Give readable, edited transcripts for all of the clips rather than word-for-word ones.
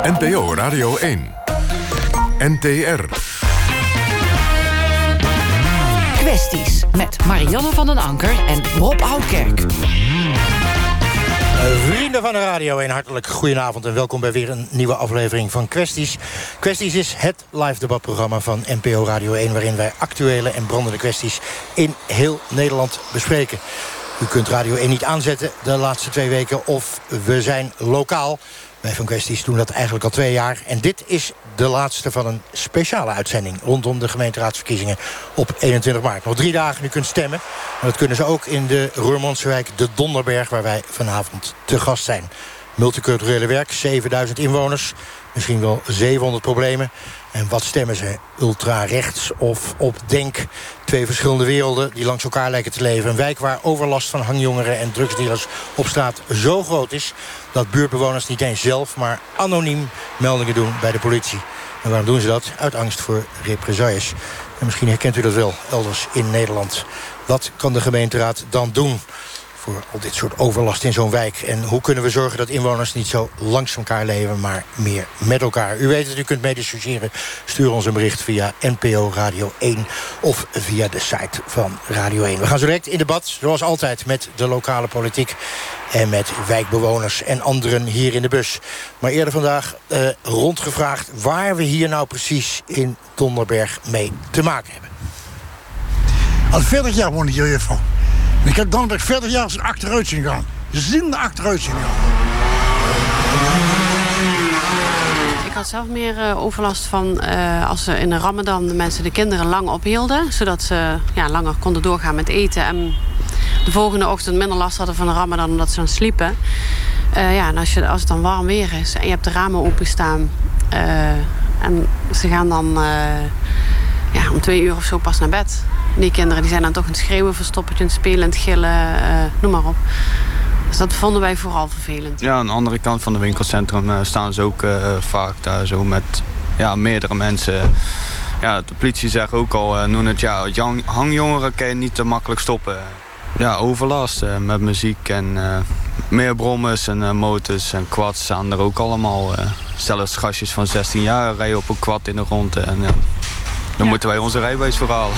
NPO Radio 1. NTR. Kwesties met Marianne van den Anker en Rob Oudkerk. Vrienden van de Radio 1, hartelijk goedenavond en welkom bij weer een nieuwe aflevering van Kwesties. Kwesties is het live debatprogramma van NPO Radio 1... waarin wij actuele en brandende kwesties in heel Nederland bespreken. U kunt Radio 1 niet aanzetten de laatste 2 weken of we zijn lokaal. Wij van Kwesties doen dat eigenlijk al 2 jaar. En dit is de laatste van een speciale uitzending rondom de gemeenteraadsverkiezingen op 21 maart. Nog 3 dagen, u kunt stemmen. En dat kunnen ze ook in de Roermondse wijk De Donderberg, waar wij vanavond te gast zijn. Multiculturele werk, 7000 inwoners, misschien wel 700 problemen. En wat stemmen ze? Ultra-rechts of op Denk? 2 verschillende werelden die langs elkaar lijken te leven. Een wijk waar overlast van hangjongeren en drugsdealers op straat zo groot is dat buurtbewoners niet eens zelf, maar anoniem meldingen doen bij de politie. En waarom doen ze dat? Uit angst voor represailles. En misschien herkent u dat wel elders in Nederland. Wat kan de gemeenteraad dan doen voor al dit soort overlast in zo'n wijk? En hoe kunnen we zorgen dat inwoners niet zo langs elkaar leven, maar meer met elkaar? U weet het, u kunt meediscussiëren. Stuur ons een bericht via NPO Radio 1 of via de site van Radio 1. We gaan zo direct in debat, zoals altijd, met de lokale politiek en met wijkbewoners en anderen hier in de bus. Maar eerder vandaag rondgevraagd waar we hier nou precies in Donderberg mee te maken hebben. Al 40 jaar woon ik hier van. Ik heb Donderberg 40 jaar achteruit zien gaan. Ziende achteruit zien gaan. Ik had zelf meer overlast van als ze in de Ramadan de mensen de kinderen lang ophielden. Zodat ze langer konden doorgaan met eten. En de volgende ochtend minder last hadden van de Ramadan omdat ze dan sliepen. En als het dan warm weer is en je hebt de ramen openstaan. En ze gaan dan om 2 uur of zo pas naar bed. Die kinderen die zijn dan toch aan het schreeuwen, verstoppertje, aan het spelen, aan het gillen, noem maar op. Dus dat vonden wij vooral vervelend. Ja, aan de andere kant van het winkelcentrum staan ze ook vaak daar zo met meerdere mensen. Ja, de politie zegt ook al, hangjongeren kan je niet te makkelijk stoppen. Ja, overlast met muziek en meer brommers en motors en quads staan er ook allemaal. Zelfs gastjes van 16 jaar rijden op een quad in de rondte. En dan moeten wij onze rijbewijs verhalen.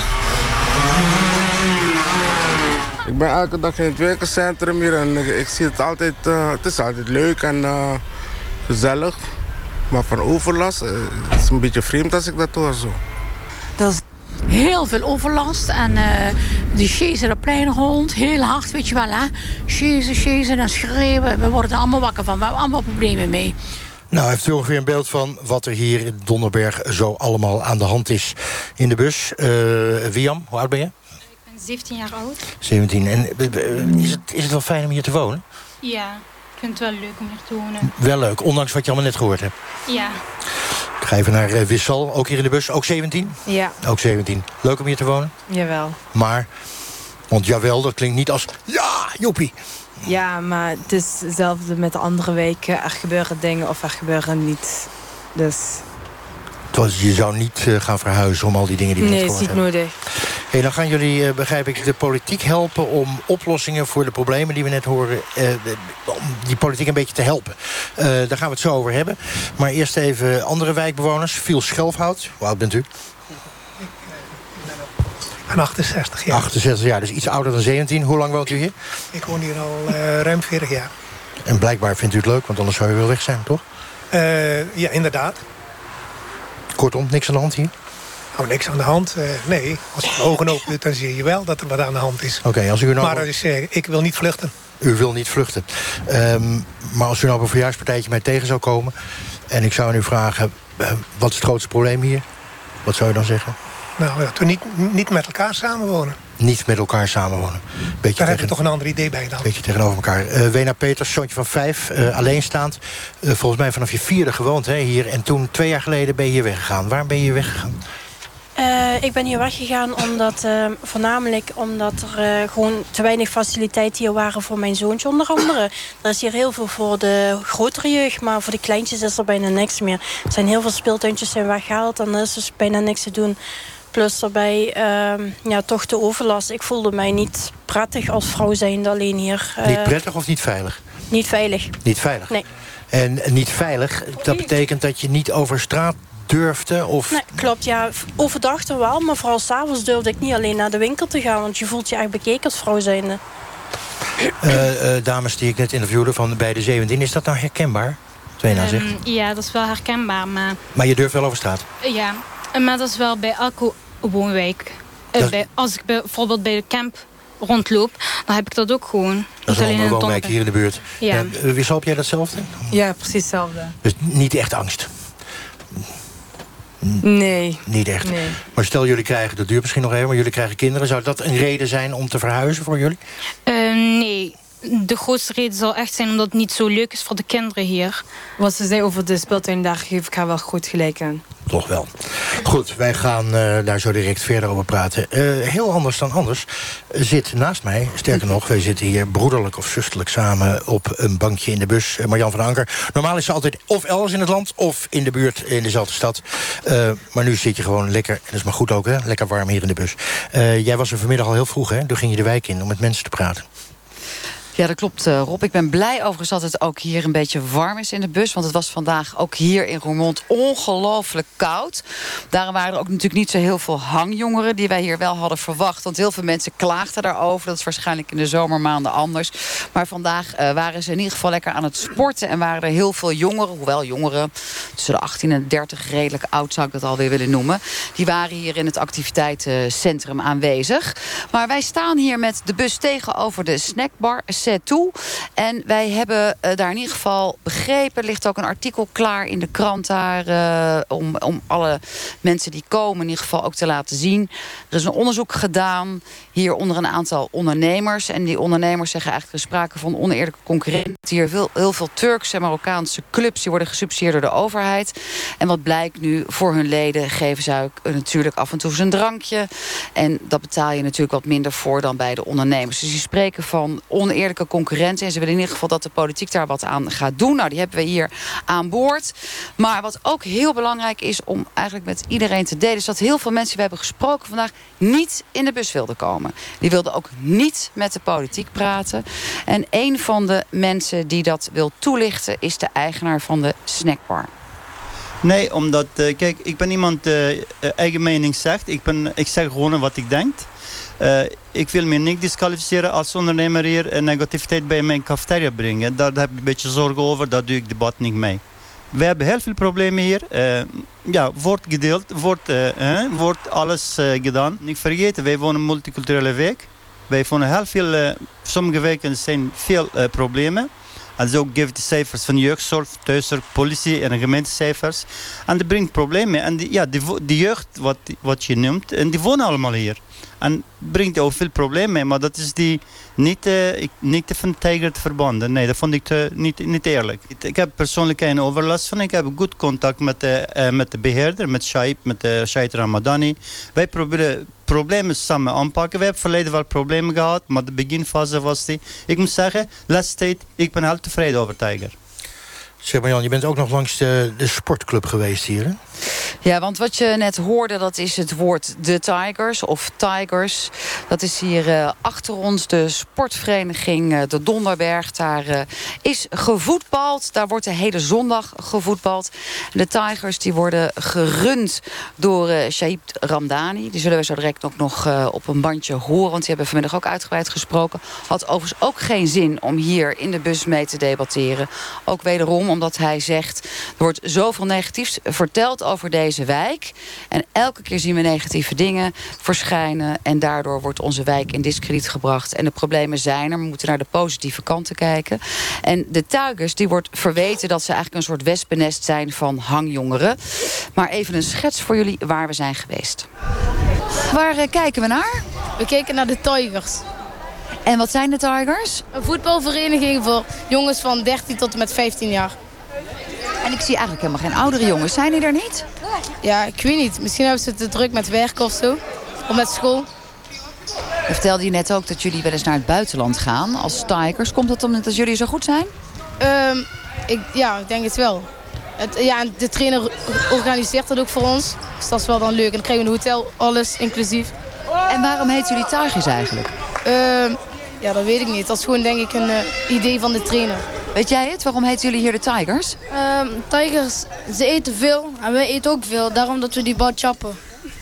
Ik ben elke dag in het winkelcentrum hier en ik zie het altijd, het is altijd leuk en gezellig. Maar van overlast, het is een beetje vreemd als ik dat hoor zo. Dat is heel veel overlast en die chasen de plein rond, heel hard, weet je wel hè. Chasen en schreeuwen, we worden er allemaal wakker van, we hebben allemaal problemen mee. Nou, heeft u ongeveer een beeld van wat er hier in Donderberg zo allemaal aan de hand is in de bus. Wiam, hoe oud ben je? Ik ben 17 jaar oud. 17. En is het wel fijn om hier te wonen? Ja, ik vind het wel leuk om hier te wonen. Wel leuk, ondanks wat je allemaal net gehoord hebt. Ja. Ik ga even naar Wissel, ook hier in de bus. Ook 17? Ja. Ook 17. Leuk om hier te wonen? Jawel. Maar, want jawel, dat klinkt niet als ja, joepie. Ja, maar het is hetzelfde met de andere weken. Er gebeuren dingen of er gebeuren niet. Dus je zou niet gaan verhuizen om al die dingen die we net gehoord hebben. Nee, is niet nodig. Hey, dan gaan jullie, begrijp ik, de politiek helpen om oplossingen voor de problemen die we net horen, om die politiek een beetje te helpen. Daar gaan we het zo over hebben. Maar eerst even andere wijkbewoners. Viel Schelfhout, hoe oud bent u? Ik ben 68 jaar. 68 jaar, dus iets ouder dan 17. Hoe lang woont u hier? Ik woon hier al ruim 40 jaar. En blijkbaar vindt u het leuk, want anders zou u wel weg zijn, toch? Ja, inderdaad. Kortom, niks aan de hand hier? Nou, niks aan de hand. Nee, als je de ogen open doet, dan zie je wel dat er wat aan de hand is. Oké, als u nou... Maar ik wil niet vluchten. U wil niet vluchten. Maar als u nou op een verjaarspartijtje mij tegen zou komen en ik zou aan u vragen, wat is het grootste probleem hier? Wat zou u dan zeggen? Nou, dat we niet met elkaar samenwonen. Niet met elkaar samenwonen. Daar heb je toch een ander idee bij dan. Beetje tegenover elkaar. Wena Peters, zoontje van 5, alleenstaand. Volgens mij vanaf je 4e gewoond hier. En toen 2 jaar geleden ben je hier weggegaan. Waarom ben je hier weggegaan? Ik ben hier weggegaan voornamelijk omdat er gewoon te weinig faciliteiten hier waren voor mijn zoontje onder andere. Er is hier heel veel voor de grotere jeugd, maar voor de kleintjes is er bijna niks meer. Er zijn heel veel speeltuintjes zijn weggehaald en er is dus bijna niks te doen. Plus daarbij toch de overlast. Ik voelde mij niet prettig als vrouw zijnde alleen hier. Niet prettig of niet veilig? Niet veilig. Niet veilig? Nee. En niet veilig, dat betekent dat je niet over straat durfde? Of... Nee, klopt, ja. Overdag er wel, maar vooral 's avonds durfde ik niet alleen naar de winkel te gaan. Want je voelt je echt bekeken als vrouw zijnde. Dames die ik net interviewde van bij de 17, is dat nou herkenbaar? Ja, dat is wel herkenbaar. Maar je durft wel over straat? Ja, maar dat is wel bij elke woonwijk. Als ik bijvoorbeeld bij de camp rondloop, dan heb ik dat ook gewoon. Dat is wel een woonwijk hier in de buurt. Ja. Wissel, heb jij datzelfde? Ja, precies hetzelfde. Dus niet echt angst? Nee. Niet echt. Nee. Maar stel jullie krijgen, dat duurt misschien nog even, maar jullie krijgen kinderen. Zou dat een reden zijn om te verhuizen voor jullie? Nee. De grootste reden zal echt zijn omdat het niet zo leuk is voor de kinderen hier. Wat ze zei over de speeltuin, daar geef ik haar wel goed gelijk aan. Toch wel. Goed, wij gaan daar zo direct verder over praten. Heel anders dan anders zit naast mij, sterker nog, wij zitten hier broederlijk of zusterlijk samen op een bankje in de bus. Marjan van den Anker. Normaal is ze altijd of elders in het land of in de buurt in dezelfde stad. Maar nu zit je gewoon lekker, en dat is maar goed ook, hè, lekker warm hier in de bus. Jij was er vanmiddag al heel vroeg, hè? Toen ging je de wijk in om met mensen te praten. Ja, dat klopt, Rob. Ik ben blij overigens dat het ook hier een beetje warm is in de bus. Want het was vandaag ook hier in Roermond ongelooflijk koud. Daarom waren er ook natuurlijk niet zo heel veel hangjongeren die wij hier wel hadden verwacht. Want heel veel mensen klaagden daarover. Dat is waarschijnlijk in de zomermaanden anders. Maar vandaag waren ze in ieder geval lekker aan het sporten. En waren er heel veel jongeren, hoewel jongeren tussen de 18 en 30, redelijk oud zou ik dat alweer willen noemen. Die waren hier in het activiteitencentrum aanwezig. Maar wij staan hier met de bus tegenover de snackbar toe. En wij hebben daar in ieder geval begrepen, er ligt ook een artikel klaar in de krant daar, om alle mensen die komen in ieder geval ook te laten zien. Er is een onderzoek gedaan hier onder een aantal ondernemers. En die ondernemers zeggen eigenlijk er sprake van oneerlijke concurrentie. Hier heel veel Turkse en Marokkaanse clubs die worden gesubsidieerd door de overheid. En wat blijkt nu, voor hun leden geven ze ook natuurlijk af en toe eens een drankje. En dat betaal je natuurlijk wat minder voor dan bij de ondernemers. Dus die spreken van oneerlijke concurrentie. En ze willen in ieder geval dat de politiek daar wat aan gaat doen. Nou, die hebben we hier aan boord. Maar wat ook heel belangrijk is om eigenlijk met iedereen te delen, is dat heel veel mensen die we hebben gesproken vandaag niet in de bus wilden komen. Die wilden ook niet met de politiek praten. En een van de mensen die dat wil toelichten is de eigenaar van de snackbar. Nee, omdat, kijk, ik ben iemand eigen mening zegt. Ik zeg gewoon wat ik denk. Ik wil me niet disqualificeren als ondernemer hier negativiteit bij mijn cafetaria brengen. Daar heb ik een beetje zorgen over, daar doe ik debat niet mee. We hebben heel veel problemen hier. Wordt gedeeld, wordt alles gedaan. Niet vergeten, wij wonen in een multiculturele wijk. Wij wonen heel veel, sommige wijken zijn veel problemen. En zo geeft de cijfers van jeugdzorg, thuiszorg, politie en gemeentecijfers. En dat brengt problemen. En die jeugd, wat je noemt, en die wonen allemaal hier. En brengt ook veel problemen mee. Maar dat is niet van Tijger te verbonden. Nee, dat vond ik niet eerlijk. Ik heb persoonlijk geen overlast van. Ik heb goed contact met de beheerder, met Shaib Ramadani. Wij proberen problemen samen aanpakken. We hebben verleden wel problemen gehad, maar de beginfase was die. Ik moet zeggen, laatste tijd, ik ben heel tevreden over Tijger. Zeg maar Jan, je bent ook nog langs de sportclub geweest hier, hè? Ja, want wat je net hoorde, dat is het woord de Tigers of Tigers. Dat is hier achter ons de sportvereniging de Donderberg. Daar is gevoetbald. Daar wordt de hele zondag gevoetbald. De Tigers die worden gerund door Shaib Ramdani. Die zullen we zo direct ook nog op een bandje horen. Want die hebben vanmiddag ook uitgebreid gesproken. Had overigens ook geen zin om hier in de bus mee te debatteren. Ook wederom omdat hij zegt, er wordt zoveel negatiefs verteld over deze wijk. En elke keer zien we negatieve dingen verschijnen. En daardoor wordt onze wijk in diskrediet gebracht. En de problemen zijn er. We moeten naar de positieve kanten kijken. En de Tuigers, die wordt verweten dat ze eigenlijk een soort wespennest zijn van hangjongeren. Maar even een schets voor jullie waar we zijn geweest. Waar kijken we naar? We kijken naar de Tigers. En wat zijn de Tigers? Een voetbalvereniging voor jongens van 13 tot en met 15 jaar. En ik zie eigenlijk helemaal geen oudere jongens. Zijn die er niet? Ja, ik weet niet. Misschien hebben ze te druk met werk of zo. Of met school. Je vertelde je net ook dat jullie wel eens naar het buitenland gaan als Tigers. Komt dat omdat jullie zo goed zijn? Ik denk het wel. De trainer organiseert dat ook voor ons. Dus dat is wel dan leuk. En dan krijgen we een hotel, alles inclusief. En waarom heten jullie Tigers eigenlijk? Dat weet ik niet. Dat is gewoon denk ik een idee van de trainer. Weet jij het? Waarom heten jullie hier de Tigers? Tigers, ze eten veel en wij eten ook veel. Daarom dat we die bal chappen.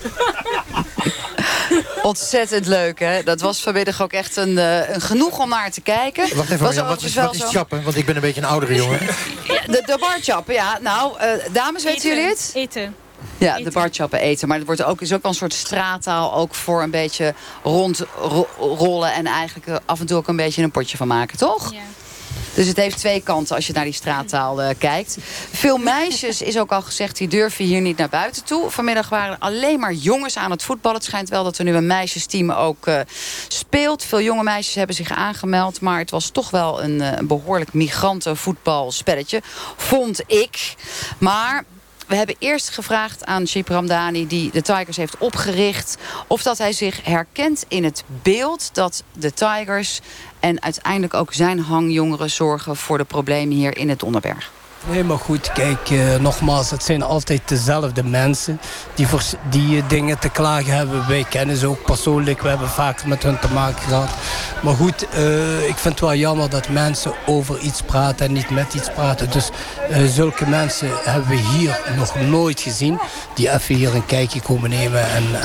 Ontzettend leuk, hè? Dat was vanmiddag ook echt een genoeg om naar te kijken. Wacht even, wat is chappen? Want ik ben een beetje een oudere jongen. Ja, de barchappen, ja. Nou, dames, weten jullie het? Eten. Ja, de barchappen eten. Maar het is ook wel een soort straattaal ook voor een beetje rondrollen en eigenlijk af en toe ook een beetje een potje van maken, toch? Ja. Dus het heeft twee kanten als je naar die straattaal kijkt. Veel meisjes, is ook al gezegd, die durven hier niet naar buiten toe. Vanmiddag waren er alleen maar jongens aan het voetballen. Het schijnt wel dat er nu een meisjesteam ook speelt. Veel jonge meisjes hebben zich aangemeld. Maar het was toch wel een behoorlijk migrantenvoetbalspelletje, vond ik. Maar we hebben eerst gevraagd aan Chip Ramdani, die de Tigers heeft opgericht, of dat hij zich herkent in het beeld dat de Tigers en uiteindelijk ook zijn hangjongeren zorgen voor de problemen hier in het Donderberg. Nee, maar goed, kijk, nogmaals, het zijn altijd dezelfde mensen die dingen te klagen hebben. Wij kennen ze ook persoonlijk, we hebben vaak met hun te maken gehad. Maar goed, ik vind het wel jammer dat mensen over iets praten en niet met iets praten. Dus zulke mensen hebben we hier nog nooit gezien, die even hier een kijkje komen nemen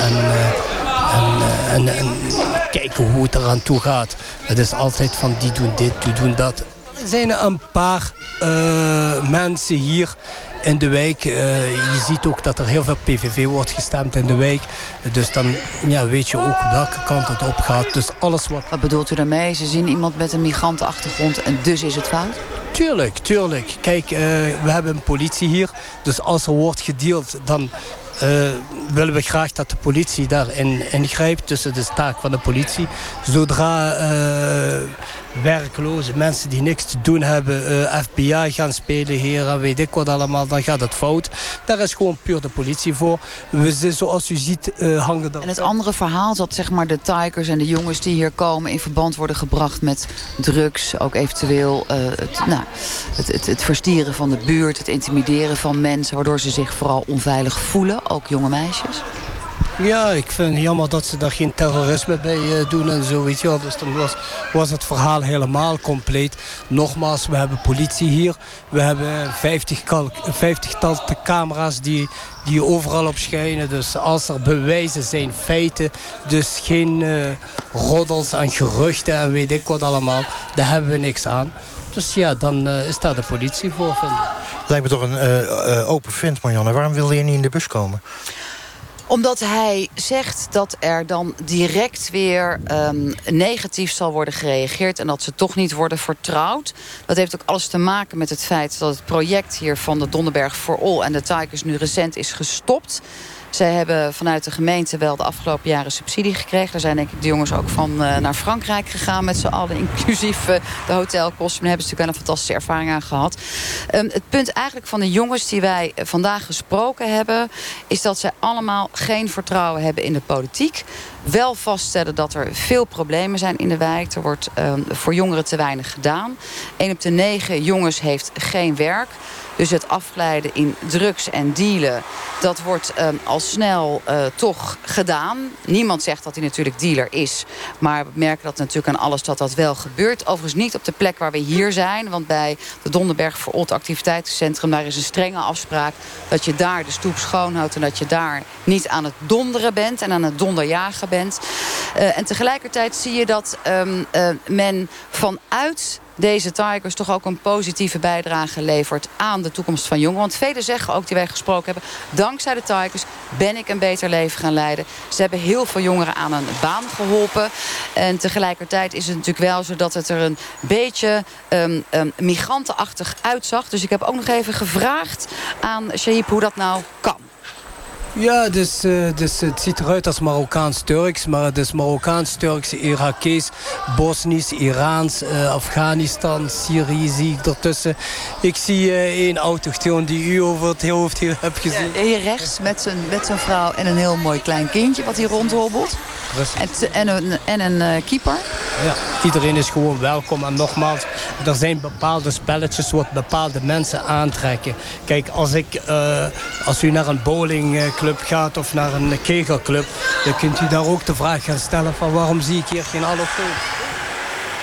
en kijken hoe het eraan toe gaat. Het is altijd van die doen dit, die doen dat. Er zijn een paar mensen hier in de wijk. Je ziet ook dat er heel veel PVV wordt gestemd in de wijk. Dus dan weet je ook welke kant het op gaat. Dus alles wat bedoelt u daarmee? Ze zien iemand met een migrantenachtergrond en dus is het fout? Tuurlijk. Kijk, we hebben een politie hier. Dus als er wordt gedeeld, dan willen we graag dat de politie daarin ingrijpt. Dus het is taak van de politie. Zodra werkloze mensen die niks te doen hebben FBI gaan spelen hier en weet ik wat allemaal, dan gaat het fout. Daar is gewoon puur de politie voor. Zoals u ziet hangen er. En het andere verhaal dat zeg maar de Tigers en de jongens die hier komen in verband worden gebracht met drugs, ook eventueel het verstieren van de buurt, het intimideren van mensen, waardoor ze zich vooral onveilig voelen, ook jonge meisjes. Ja, ik vind het jammer dat ze daar geen terrorisme bij doen en zo, weet je wel. Dus dan was het verhaal helemaal compleet. Nogmaals, we hebben politie hier. We hebben 50-tal camera's die overal op schijnen. Dus als er bewijzen zijn, feiten, dus geen roddels en geruchten en weet ik wat allemaal, daar hebben we niks aan. Dus ja, dan is daar de politie voor, vind ik. Lijkt me toch een open vent, Marianne. Waarom wilde je niet in de bus komen? Omdat hij zegt dat er dan direct weer negatief zal worden gereageerd en dat ze toch niet worden vertrouwd. Dat heeft ook alles te maken met het feit dat het project hier van de Donderberg for All en de Tigers nu recent is gestopt. Zij hebben vanuit de gemeente wel de afgelopen jaren subsidie gekregen. Daar zijn denk ik de jongens ook van naar Frankrijk gegaan met z'n allen, inclusief de hotelkosten. Daar hebben ze natuurlijk wel een fantastische ervaring aan gehad. Het punt eigenlijk van de jongens die wij vandaag gesproken hebben, is dat zij allemaal geen vertrouwen hebben in de politiek. Wel vaststellen dat er veel problemen zijn in de wijk. Er wordt voor jongeren te weinig gedaan. 1 op de 9 jongens heeft geen werk. Dus het afglijden in drugs en dealen, dat wordt al snel toch gedaan. Niemand zegt dat hij natuurlijk dealer is. Maar we merken dat natuurlijk aan alles dat dat wel gebeurt. Overigens niet op de plek waar we hier zijn. Want bij de Donderberg for All activiteitencentrum, daar is een strenge afspraak dat je daar de stoep schoonhoudt en dat je daar niet aan het donderen bent en aan het donderjagen bent. En tegelijkertijd zie je dat men vanuit deze Tigers toch ook een positieve bijdrage levert aan de toekomst van jongeren. Want velen zeggen ook, die wij gesproken hebben, dankzij de Tigers ben ik een beter leven gaan leiden. Ze hebben heel veel jongeren aan een baan geholpen. En tegelijkertijd is het natuurlijk wel zo dat het er een beetje migrantenachtig uitzag. Dus ik heb ook nog even gevraagd aan Shahib hoe dat nou kan. Ja, dus het ziet eruit als Marokkaans-Turks, maar het is Marokkaans-Turks, Irakees, Bosnisch, Iraans, Afghanistan, Syrië zie ik ertussen. Ik zie één autochtoon die u over het hoofd hebt gezien. Ja, hier rechts met zijn vrouw en een heel mooi klein kindje wat hier rondhobbelt. En een keeper. Ja, iedereen is gewoon welkom. En nogmaals, er zijn bepaalde spelletjes wat bepaalde mensen aantrekken. Kijk, als u naar een bowlingclub gaat of naar een kegelclub, dan kunt u daar ook de vraag gaan stellen van waarom zie ik hier geen allochtoon?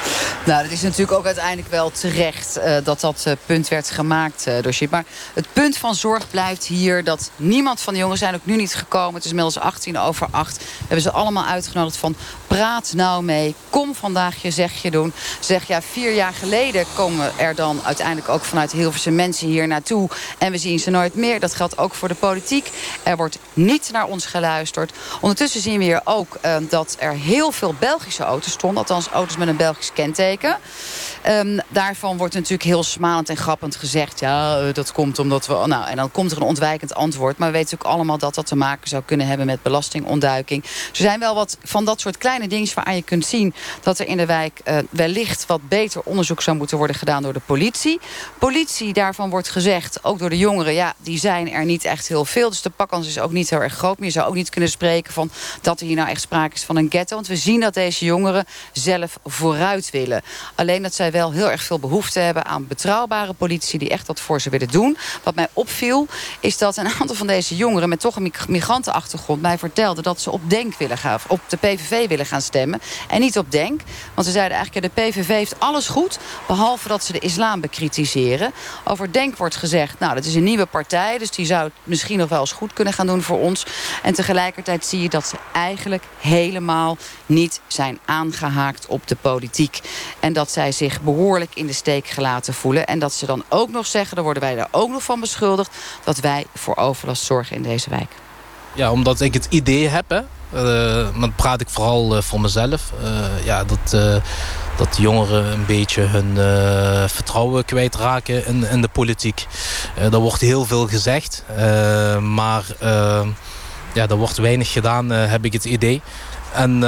Nou, dat is natuurlijk ook uiteindelijk wel terecht dat punt werd gemaakt door Sjib. Maar het punt van zorg blijft hier dat niemand van de jongens zijn ook nu niet gekomen. Het is inmiddels 7:18. We hebben ze allemaal uitgenodigd van praat nou mee. Kom vandaag je zegje doen. Zeg 4 jaar geleden komen er dan uiteindelijk ook vanuit Hilversum mensen hier naartoe. En we zien ze nooit meer. Dat geldt ook voor de politiek. Er wordt niet naar ons geluisterd. Ondertussen zien we hier ook dat er heel veel Belgische auto's stonden. Althans auto's met een Belgisch kenteken. Daarvan wordt natuurlijk heel smalend en grappend gezegd. Ja, dat komt omdat we... Nou, en dan komt er een ontwijkend antwoord. Maar we weten ook allemaal dat dat te maken zou kunnen hebben met belastingontduiking. Er zijn wel wat van dat soort kleine dingetjes waaraan je kunt zien dat er in de wijk wellicht wat beter onderzoek zou moeten worden gedaan door de politie. Politie, daarvan wordt gezegd, ook door de jongeren, ja, die zijn er niet echt heel veel. Dus de pakkans is ook niet heel erg groot. Maar je zou ook niet kunnen spreken van dat er hier nou echt sprake is van een ghetto. Want we zien dat deze jongeren zelf vooruit willen. Alleen dat zij wel heel erg veel behoefte hebben aan betrouwbare politie die echt wat voor ze willen doen. Wat mij opviel is dat een aantal van deze jongeren met toch een migrantenachtergrond mij vertelden dat ze op Denk willen gaan, op de PVV willen gaan stemmen en niet op Denk. Want ze zeiden eigenlijk, de PVV heeft alles goed, behalve dat ze de islam bekritiseren. Over Denk wordt gezegd, nou, dat is een nieuwe partij, dus die zou het misschien nog wel eens goed kunnen gaan doen voor ons. En tegelijkertijd zie je dat ze eigenlijk helemaal niet zijn aangehaakt op de politiek. En dat zij zich behoorlijk in de steek gelaten voelen. En dat ze dan ook nog zeggen, daar worden wij er ook nog van beschuldigd, dat wij voor overlast zorgen in deze wijk. Ja, omdat ik het idee heb, hè. Dan praat ik vooral voor mezelf. Dat jongeren een beetje hun vertrouwen kwijtraken in de politiek. Er wordt heel veel gezegd. Maar er wordt weinig gedaan, heb ik het idee. En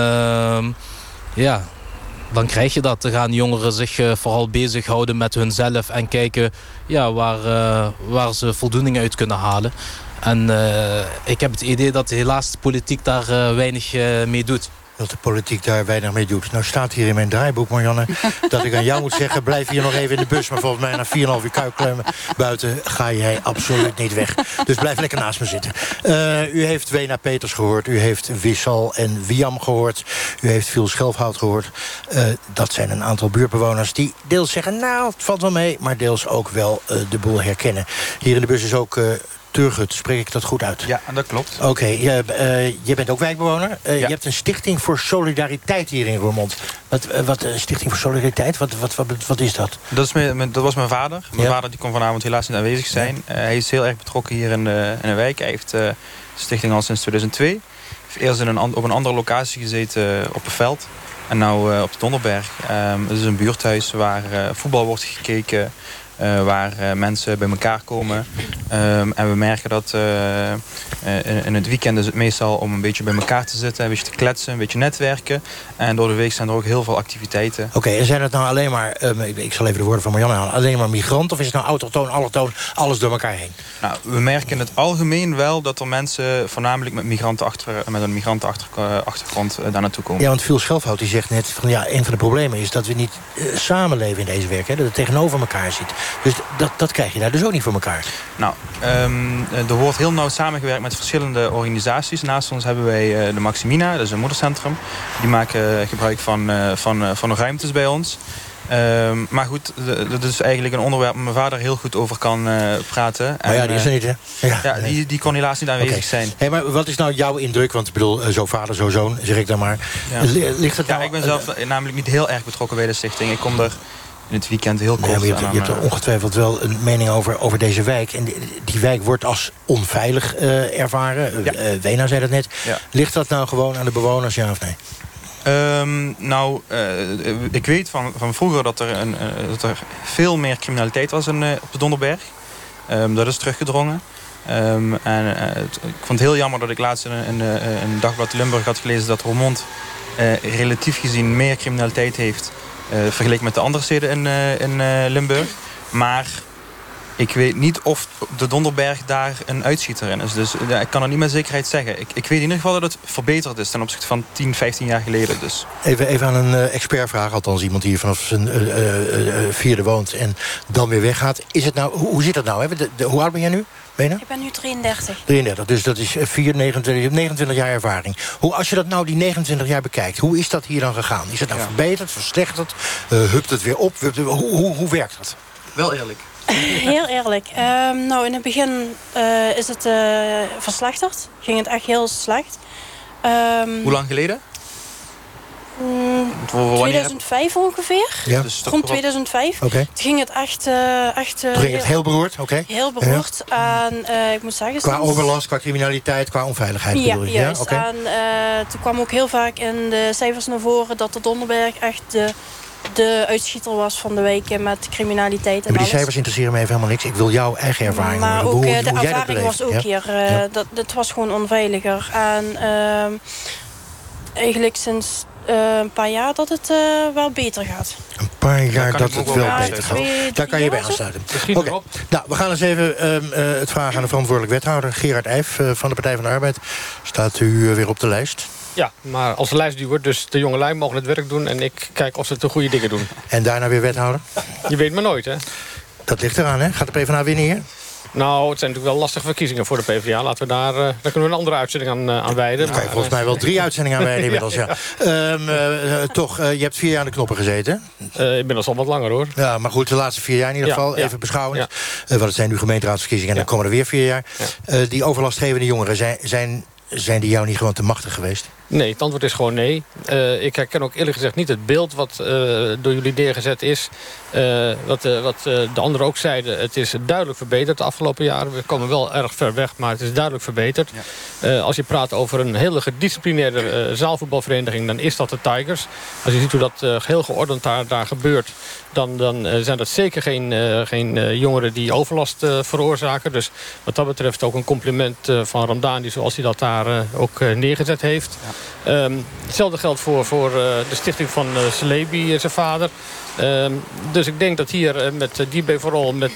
dan krijg je dat. Dan gaan jongeren zich vooral bezighouden met hunzelf en kijken waar ze voldoening uit kunnen halen. En ik heb het idee dat helaas de politiek daar weinig mee doet. Dat de politiek daar weinig mee doet. Nou staat hier in mijn draaiboek, Marianne, dat ik aan jou moet zeggen, blijf hier nog even in de bus. Maar volgens mij na 4,5 uur kuiklemmen buiten ga jij absoluut niet weg. Dus blijf lekker naast me zitten. U heeft Wena Peters gehoord. U heeft Wissal en Wiam gehoord. U heeft Viel Schelfhout gehoord. Dat zijn een aantal buurtbewoners die deels zeggen, nou, het valt wel mee, maar deels ook wel de boel herkennen. Hier in de bus is ook Turgut, spreek ik dat goed uit? Ja, dat klopt. Oké, je bent ook wijkbewoner. Je hebt een stichting voor solidariteit hier in Roermond. Wat een stichting voor solidariteit? Wat is dat? Dat was mijn vader. Mijn vader die kon vanavond helaas niet aanwezig zijn. Hij is heel erg betrokken hier in de wijk. Hij heeft de stichting al sinds 2002. Hij heeft eerst op een andere locatie gezeten op een veld. En nou op de Donderberg. Het is een buurthuis waar voetbal wordt gekeken. Waar mensen bij elkaar komen. En we merken dat in het weekend is het meestal om een beetje bij elkaar te zitten. Een beetje te kletsen, een beetje netwerken. En door de week zijn er ook heel veel activiteiten. Oké, en zijn het nou alleen maar, ik zal even de woorden van Marianne halen, alleen maar migranten? Of is het nou autochtoon, allochtoon, alles door elkaar heen? Nou, we merken in het algemeen wel dat er mensen voornamelijk met een migrantenachtergrond daar naartoe komen. Ja, want Viel Schelfhout die zegt net van ja, een van de problemen is dat we niet samenleven in deze werk. Hè, dat het tegenover elkaar zit. Dus dat krijg je daar dus ook niet voor elkaar. Nou, er wordt heel nauw samengewerkt met verschillende organisaties. Naast ons hebben wij de Maximina, dat is een moedercentrum. Die maken gebruik van de ruimtes bij ons. Maar goed, dat is eigenlijk een onderwerp waar mijn vader heel goed over kan praten. Maar ja, die is er niet, hè? Ja, die kon helaas niet aanwezig zijn. Hey, maar wat is nou jouw indruk? Want ik bedoel, zo vader, zo zoon, zeg ik dan maar. Ja. Ligt het nou, ik ben zelf namelijk niet heel erg betrokken bij de stichting. Ik kom er in het weekend heel kort. Nee, je hebt er ongetwijfeld wel een mening over deze wijk. En die wijk wordt als onveilig ervaren. Ja. Wena zei dat net. Ja. Ligt dat nou gewoon aan de bewoners, ja of nee? Ik weet van vroeger dat er veel meer criminaliteit was op de Donderberg. Dat is teruggedrongen. Ik vond het heel jammer dat ik laatst in Dagblad Limburg had gelezen dat Roermond relatief gezien meer criminaliteit heeft vergeleken met de andere steden in Limburg. Maar Ik weet niet of de Donderberg daar een uitschieter in is. Dus ik kan het niet met zekerheid zeggen. Ik weet in ieder geval dat het verbeterd is ten opzichte van 10, 15 jaar geleden. Dus. Even aan een expert vragen, althans iemand die hier vanaf zijn vierde woont en dan weer weggaat. Is het nou, hoe zit dat nou? Hoe oud ben jij nu? Ik ben nu 33. 33, dus dat is 29 jaar ervaring. Als je dat nou die 29 jaar bekijkt, hoe is dat hier dan gegaan? Is het nou verbeterd, verslechterd? Hupt het weer op? Hoe werkt dat? Wel eerlijk. Heel eerlijk. Nou, in het begin is het verslechterd. Ging het echt heel slecht. Hoe lang geleden? 2005 ongeveer. Ja. Dus rond 2005. Okay. Toen ging het echt... Toen ging het heel beroerd, oké. Heel beroerd. Ja. En ik moet zeggen... Qua overlast, qua criminaliteit, qua onveiligheid bedoel je? Juist. Ja, okay. En toen kwam ook heel vaak in de cijfers naar voren dat de Donderberg echt de uitschieter was van de weken met criminaliteit en die cijfers interesseren me even helemaal niks. Ik wil jouw eigen ervaring. Maar ook hoe de jij ervaring was ook hier. Dat was gewoon onveiliger. En eigenlijk sinds een paar jaar dat het wel beter gaat. Een paar jaar dat het wel beter gaat. Daar kan je bij aansluiten. Okay. Nou, we gaan eens even het vragen aan de verantwoordelijk wethouder Gerard Eijf van de Partij van de Arbeid. Staat u weer op de lijst? Ja, maar als lijstduwer, dus de jongelui mogen het werk doen en ik kijk of ze de goede dingen doen. En daarna weer wethouder? Je weet maar nooit, hè? Dat ligt eraan, hè? Gaat de PvdA winnen hier? Nou, het zijn natuurlijk wel lastige verkiezingen voor de PvdA. Laten we daar kunnen we een andere uitzending aan wijden. Daar kan je volgens mij wel 3 uitzendingen aan wijden inmiddels, ja. Toch, je hebt 4 jaar aan de knoppen gezeten. Inmiddels al wat langer, hoor. Ja, maar goed, de laatste 4 jaar in ieder geval. Even beschouwend. Want het zijn nu gemeenteraadsverkiezingen en dan komen er weer 4 jaar. Ja. Die overlastgevende jongeren, zijn die jou niet gewoon te machtig geweest? Nee, het antwoord is gewoon nee. Ik herken ook eerlijk gezegd niet het beeld wat door jullie neergezet is. Wat de anderen ook zeiden, het is duidelijk verbeterd de afgelopen jaren. We komen wel erg ver weg, maar het is duidelijk verbeterd. Ja. Als je praat over een hele gedisciplineerde zaalvoetbalvereniging, dan is dat de Tigers. Als je ziet hoe dat heel geordend daar gebeurt, dan zijn dat zeker geen jongeren die overlast veroorzaken. Dus wat dat betreft ook een compliment van Ramdani, zoals hij dat daar ook neergezet heeft. Ja. Hetzelfde geldt voor de stichting van Celebi, zijn vader. Dus ik denk dat hier met DB vooral met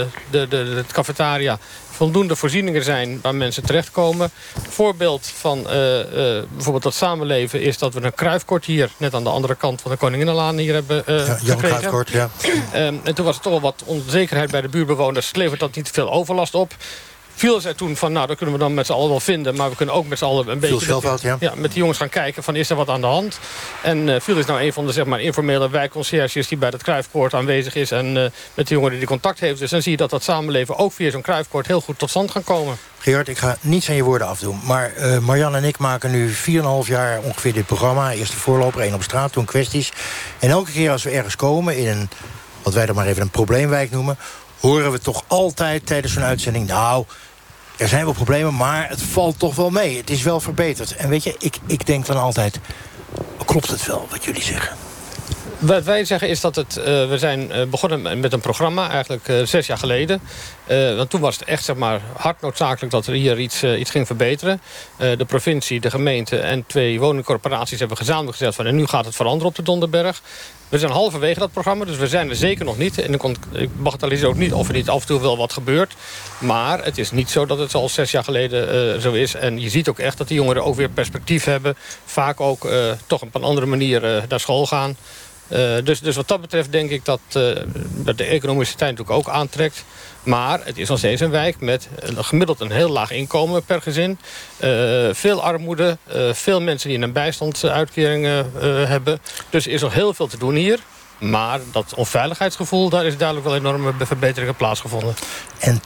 de cafetaria voldoende voorzieningen zijn waar mensen terechtkomen. Een voorbeeld van bijvoorbeeld dat samenleven is dat we een kruifkort hier net aan de andere kant van de Koninginnenlaan hier hebben gekregen. Kruifkort, ja. En toen was er toch wel wat onzekerheid bij de buurtbewoners. Levert dat niet te veel overlast op? Viel zij toen van, nou, dat kunnen we dan met z'n allen wel vinden, maar we kunnen ook met z'n allen een beetje met die jongens gaan kijken van, is er wat aan de hand? En Viel is nou een van de, zeg maar, informele wijkconcierges die bij dat kruifkoord aanwezig is en met de jongeren die contact heeft. Dus dan zie je dat samenleven ook via zo'n kruifkoord heel goed tot stand kan komen. Gerard, ik ga niets aan je woorden afdoen, maar Marianne en ik maken nu 4,5 jaar ongeveer dit programma. Eerst de voorloper, 1 op straat, toen kwesties. En elke keer als we ergens komen in een, wat wij dan maar even een probleemwijk noemen, horen we toch altijd tijdens zo'n uitzending, nou, er zijn wel problemen, maar het valt toch wel mee. Het is wel verbeterd. En weet je, ik denk dan altijd, klopt het wel wat jullie zeggen? Wat wij zeggen is dat we zijn begonnen met een programma, eigenlijk 6 jaar geleden. Want toen was het echt, zeg maar, hard noodzakelijk dat er hier iets ging verbeteren. De provincie, de gemeente en 2 woningcorporaties hebben gezamenlijk gezegd van, en nu gaat het veranderen op de Donderberg. We zijn halverwege dat programma, dus we zijn er zeker nog niet. En ik bagatelliseer ook niet of er niet af en toe wel wat gebeurt. Maar het is niet zo dat het zoals 6 jaar geleden zo is. En je ziet ook echt dat die jongeren ook weer perspectief hebben. Vaak ook toch op een andere manier naar school gaan. Dus wat dat betreft denk ik dat de economische tijd natuurlijk ook aantrekt. Maar het is nog steeds een wijk met gemiddeld een heel laag inkomen per gezin. Veel armoede, veel mensen die een bijstandsuitkering hebben. Dus er is nog heel veel te doen hier. Maar dat onveiligheidsgevoel, daar is duidelijk wel enorme verbeteringen plaatsgevonden. En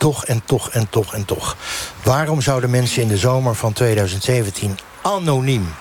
toch. Waarom zouden mensen in de zomer van 2017 anoniem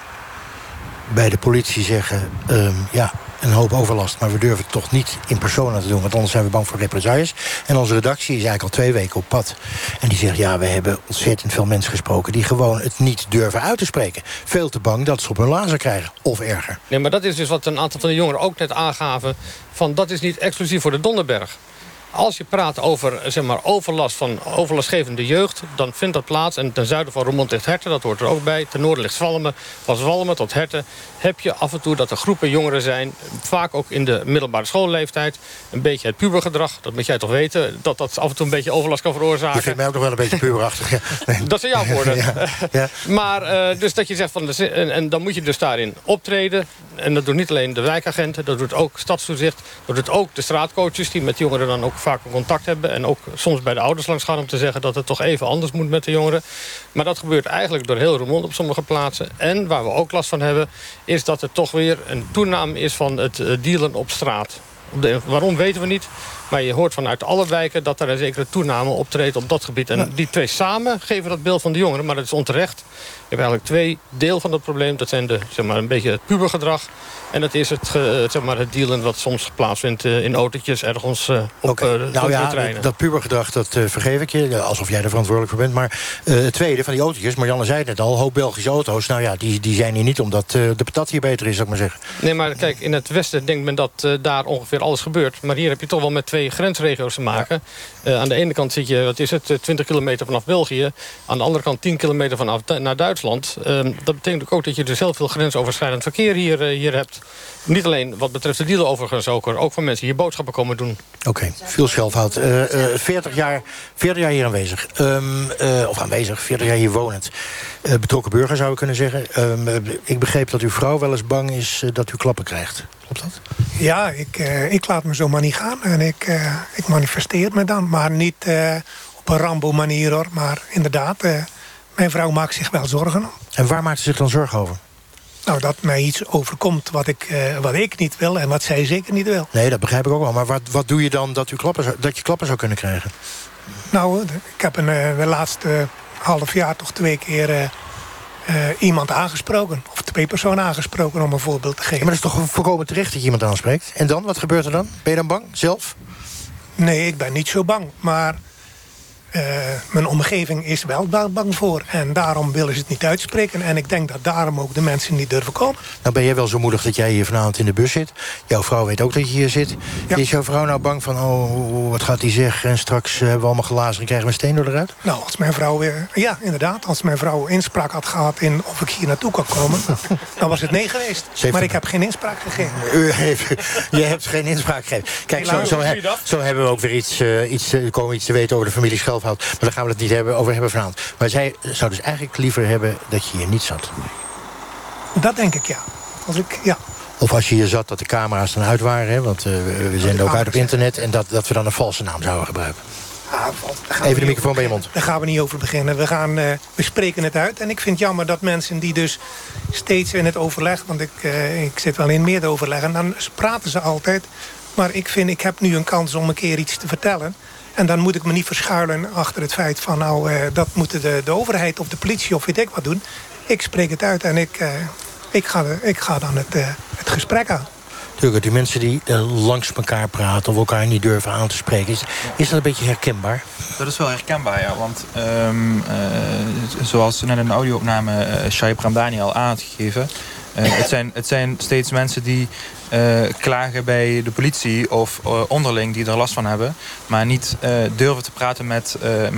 bij de politie zeggen, een hoop overlast, maar we durven het toch niet in persona te doen, want anders zijn we bang voor represailles. En onze redactie is eigenlijk al 2 weken op pad. En die zegt, we hebben ontzettend veel mensen gesproken die gewoon het niet durven uit te spreken. Veel te bang dat ze op hun lazer krijgen, of erger. Nee, maar dat is dus wat een aantal van de jongeren ook net aangaven, van dat is niet exclusief voor de Donderberg. Als je praat over overlast van overlastgevende jeugd, dan vindt dat plaats. En ten zuiden van Roermond ligt Herten, dat hoort er ook bij. Ten noorden ligt Zwalmen. Van Zwalmen tot Herten heb je af en toe dat er groepen jongeren zijn, vaak ook in de middelbare schoolleeftijd, een beetje het pubergedrag. Dat moet jij toch weten, dat dat af en toe een beetje overlast kan veroorzaken. Je vindt mij ook nog wel een beetje puberachtig. Ja. Nee. Dat zijn jouw woorden. Ja. Maar dus dat je zegt, en dan moet je dus daarin optreden. En dat doet niet alleen de wijkagenten, dat doet ook stadstoezicht. Dat doet ook de straatcoaches die met jongeren dan ook vaak contact hebben. En ook soms bij de ouders langs gaan om te zeggen dat het toch even anders moet met de jongeren. Maar dat gebeurt eigenlijk door heel Roermond op sommige plaatsen. En waar we ook last van hebben, is dat er toch weer een toename is van het dealen op straat. Waarom weten we niet. Maar je hoort vanuit alle wijken dat er een zekere toename optreedt op dat gebied. En die twee samen geven dat beeld van de jongeren. Maar dat is onterecht. Je hebt eigenlijk twee deel van het probleem. Dat zijn een beetje het pubergedrag. En dat is het dealen wat soms plaatsvindt in autootjes ergens op de treinen. Dat pubergedrag, dat vergeef ik je. Alsof jij er verantwoordelijk voor bent. Maar het tweede van die autootjes, Marianne zei het net al, hoop Belgische auto's. Nou ja, die zijn hier niet omdat de patat hier beter is, zou ik maar zeggen. Nee, maar kijk, in het westen denkt men dat daar ongeveer alles gebeurt. Maar hier heb je toch wel met twee grensregio's te maken. Aan de ene kant zit je, 20 kilometer vanaf België. Aan de andere kant 10 kilometer vanaf naar Duitsland. Dat betekent ook dat je dus heel veel grensoverschrijdend verkeer hier hebt. Niet alleen wat betreft de deal overigens ook van mensen die hier boodschappen komen doen. Oké, veel schelfhout. 40 jaar hier aanwezig. 40 jaar hier wonend. Betrokken burger zou ik kunnen zeggen. Ik begreep dat uw vrouw wel eens bang is dat u klappen krijgt. Klopt dat? Ja, ik laat me zomaar niet gaan. En ik manifesteer me dan. Maar niet op een Rambo-manier hoor. Maar inderdaad, mijn vrouw maakt zich wel zorgen om. En waar maakt ze zich dan zorgen over? Nou, dat mij iets overkomt wat ik niet wil en wat zij zeker niet wil. Nee, dat begrijp ik ook wel. Maar wat doe je dan dat je klappen zou kunnen krijgen? Nou, ik heb de laatste half jaar toch 2 keer iemand aangesproken. Of 2 personen aangesproken om een voorbeeld te geven. Ja, maar dat is toch volkomen terecht dat je iemand aanspreekt? En dan? Wat gebeurt er dan? Ben je dan bang? Zelf? Nee, ik ben niet zo bang. Maar mijn omgeving is wel bang voor. En daarom willen ze het niet uitspreken. En ik denk dat daarom ook de mensen niet durven komen. Nou ben jij wel zo moedig dat jij hier vanavond in de bus zit. Jouw vrouw weet ook dat je hier zit. Ja. Is jouw vrouw nou bang van, wat gaat die zeggen? En straks hebben we allemaal glazen en krijgen we een steen door eruit? Nou, als mijn vrouw ja, inderdaad. Als mijn vrouw inspraak had gehad in of ik hier naartoe kan komen, dan was het nee geweest. Maar ik heb geen inspraak gegeven. Je hebt geen inspraak gegeven. Kijk, zo hebben we ook weer iets te weten over de familie Schelfhout. Maar daar gaan we het niet over hebben vanavond. Maar zij zou dus eigenlijk liever hebben dat je hier niet zat. Dat denk ik, ja. Of als je hier zat, dat de camera's dan uit waren. Hè? Want we zenden ook uit op internet. En dat we dan een valse naam zouden gebruiken. Even de microfoon bij je mond. Daar gaan we niet over beginnen. We spreken het uit. En ik vind het jammer dat mensen die dus steeds in het overleg, want ik zit wel in meerdere overleggen, dan praten ze altijd. Maar ik heb nu een kans om een keer iets te vertellen. En dan moet ik me niet verschuilen achter het feit van, dat moeten de overheid of de politie of weet ik wat doen. Ik spreek het uit en ik ga dan het gesprek aan. Tuurlijk, die mensen die langs elkaar praten of elkaar niet durven aan te spreken, is dat een beetje herkenbaar? Dat is wel herkenbaar, ja. Want zoals net in de audio-opname Shaib Ramdani al aan had gegeven, het zijn steeds mensen die klagen bij de politie of onderling die er last van hebben, maar niet durven te praten met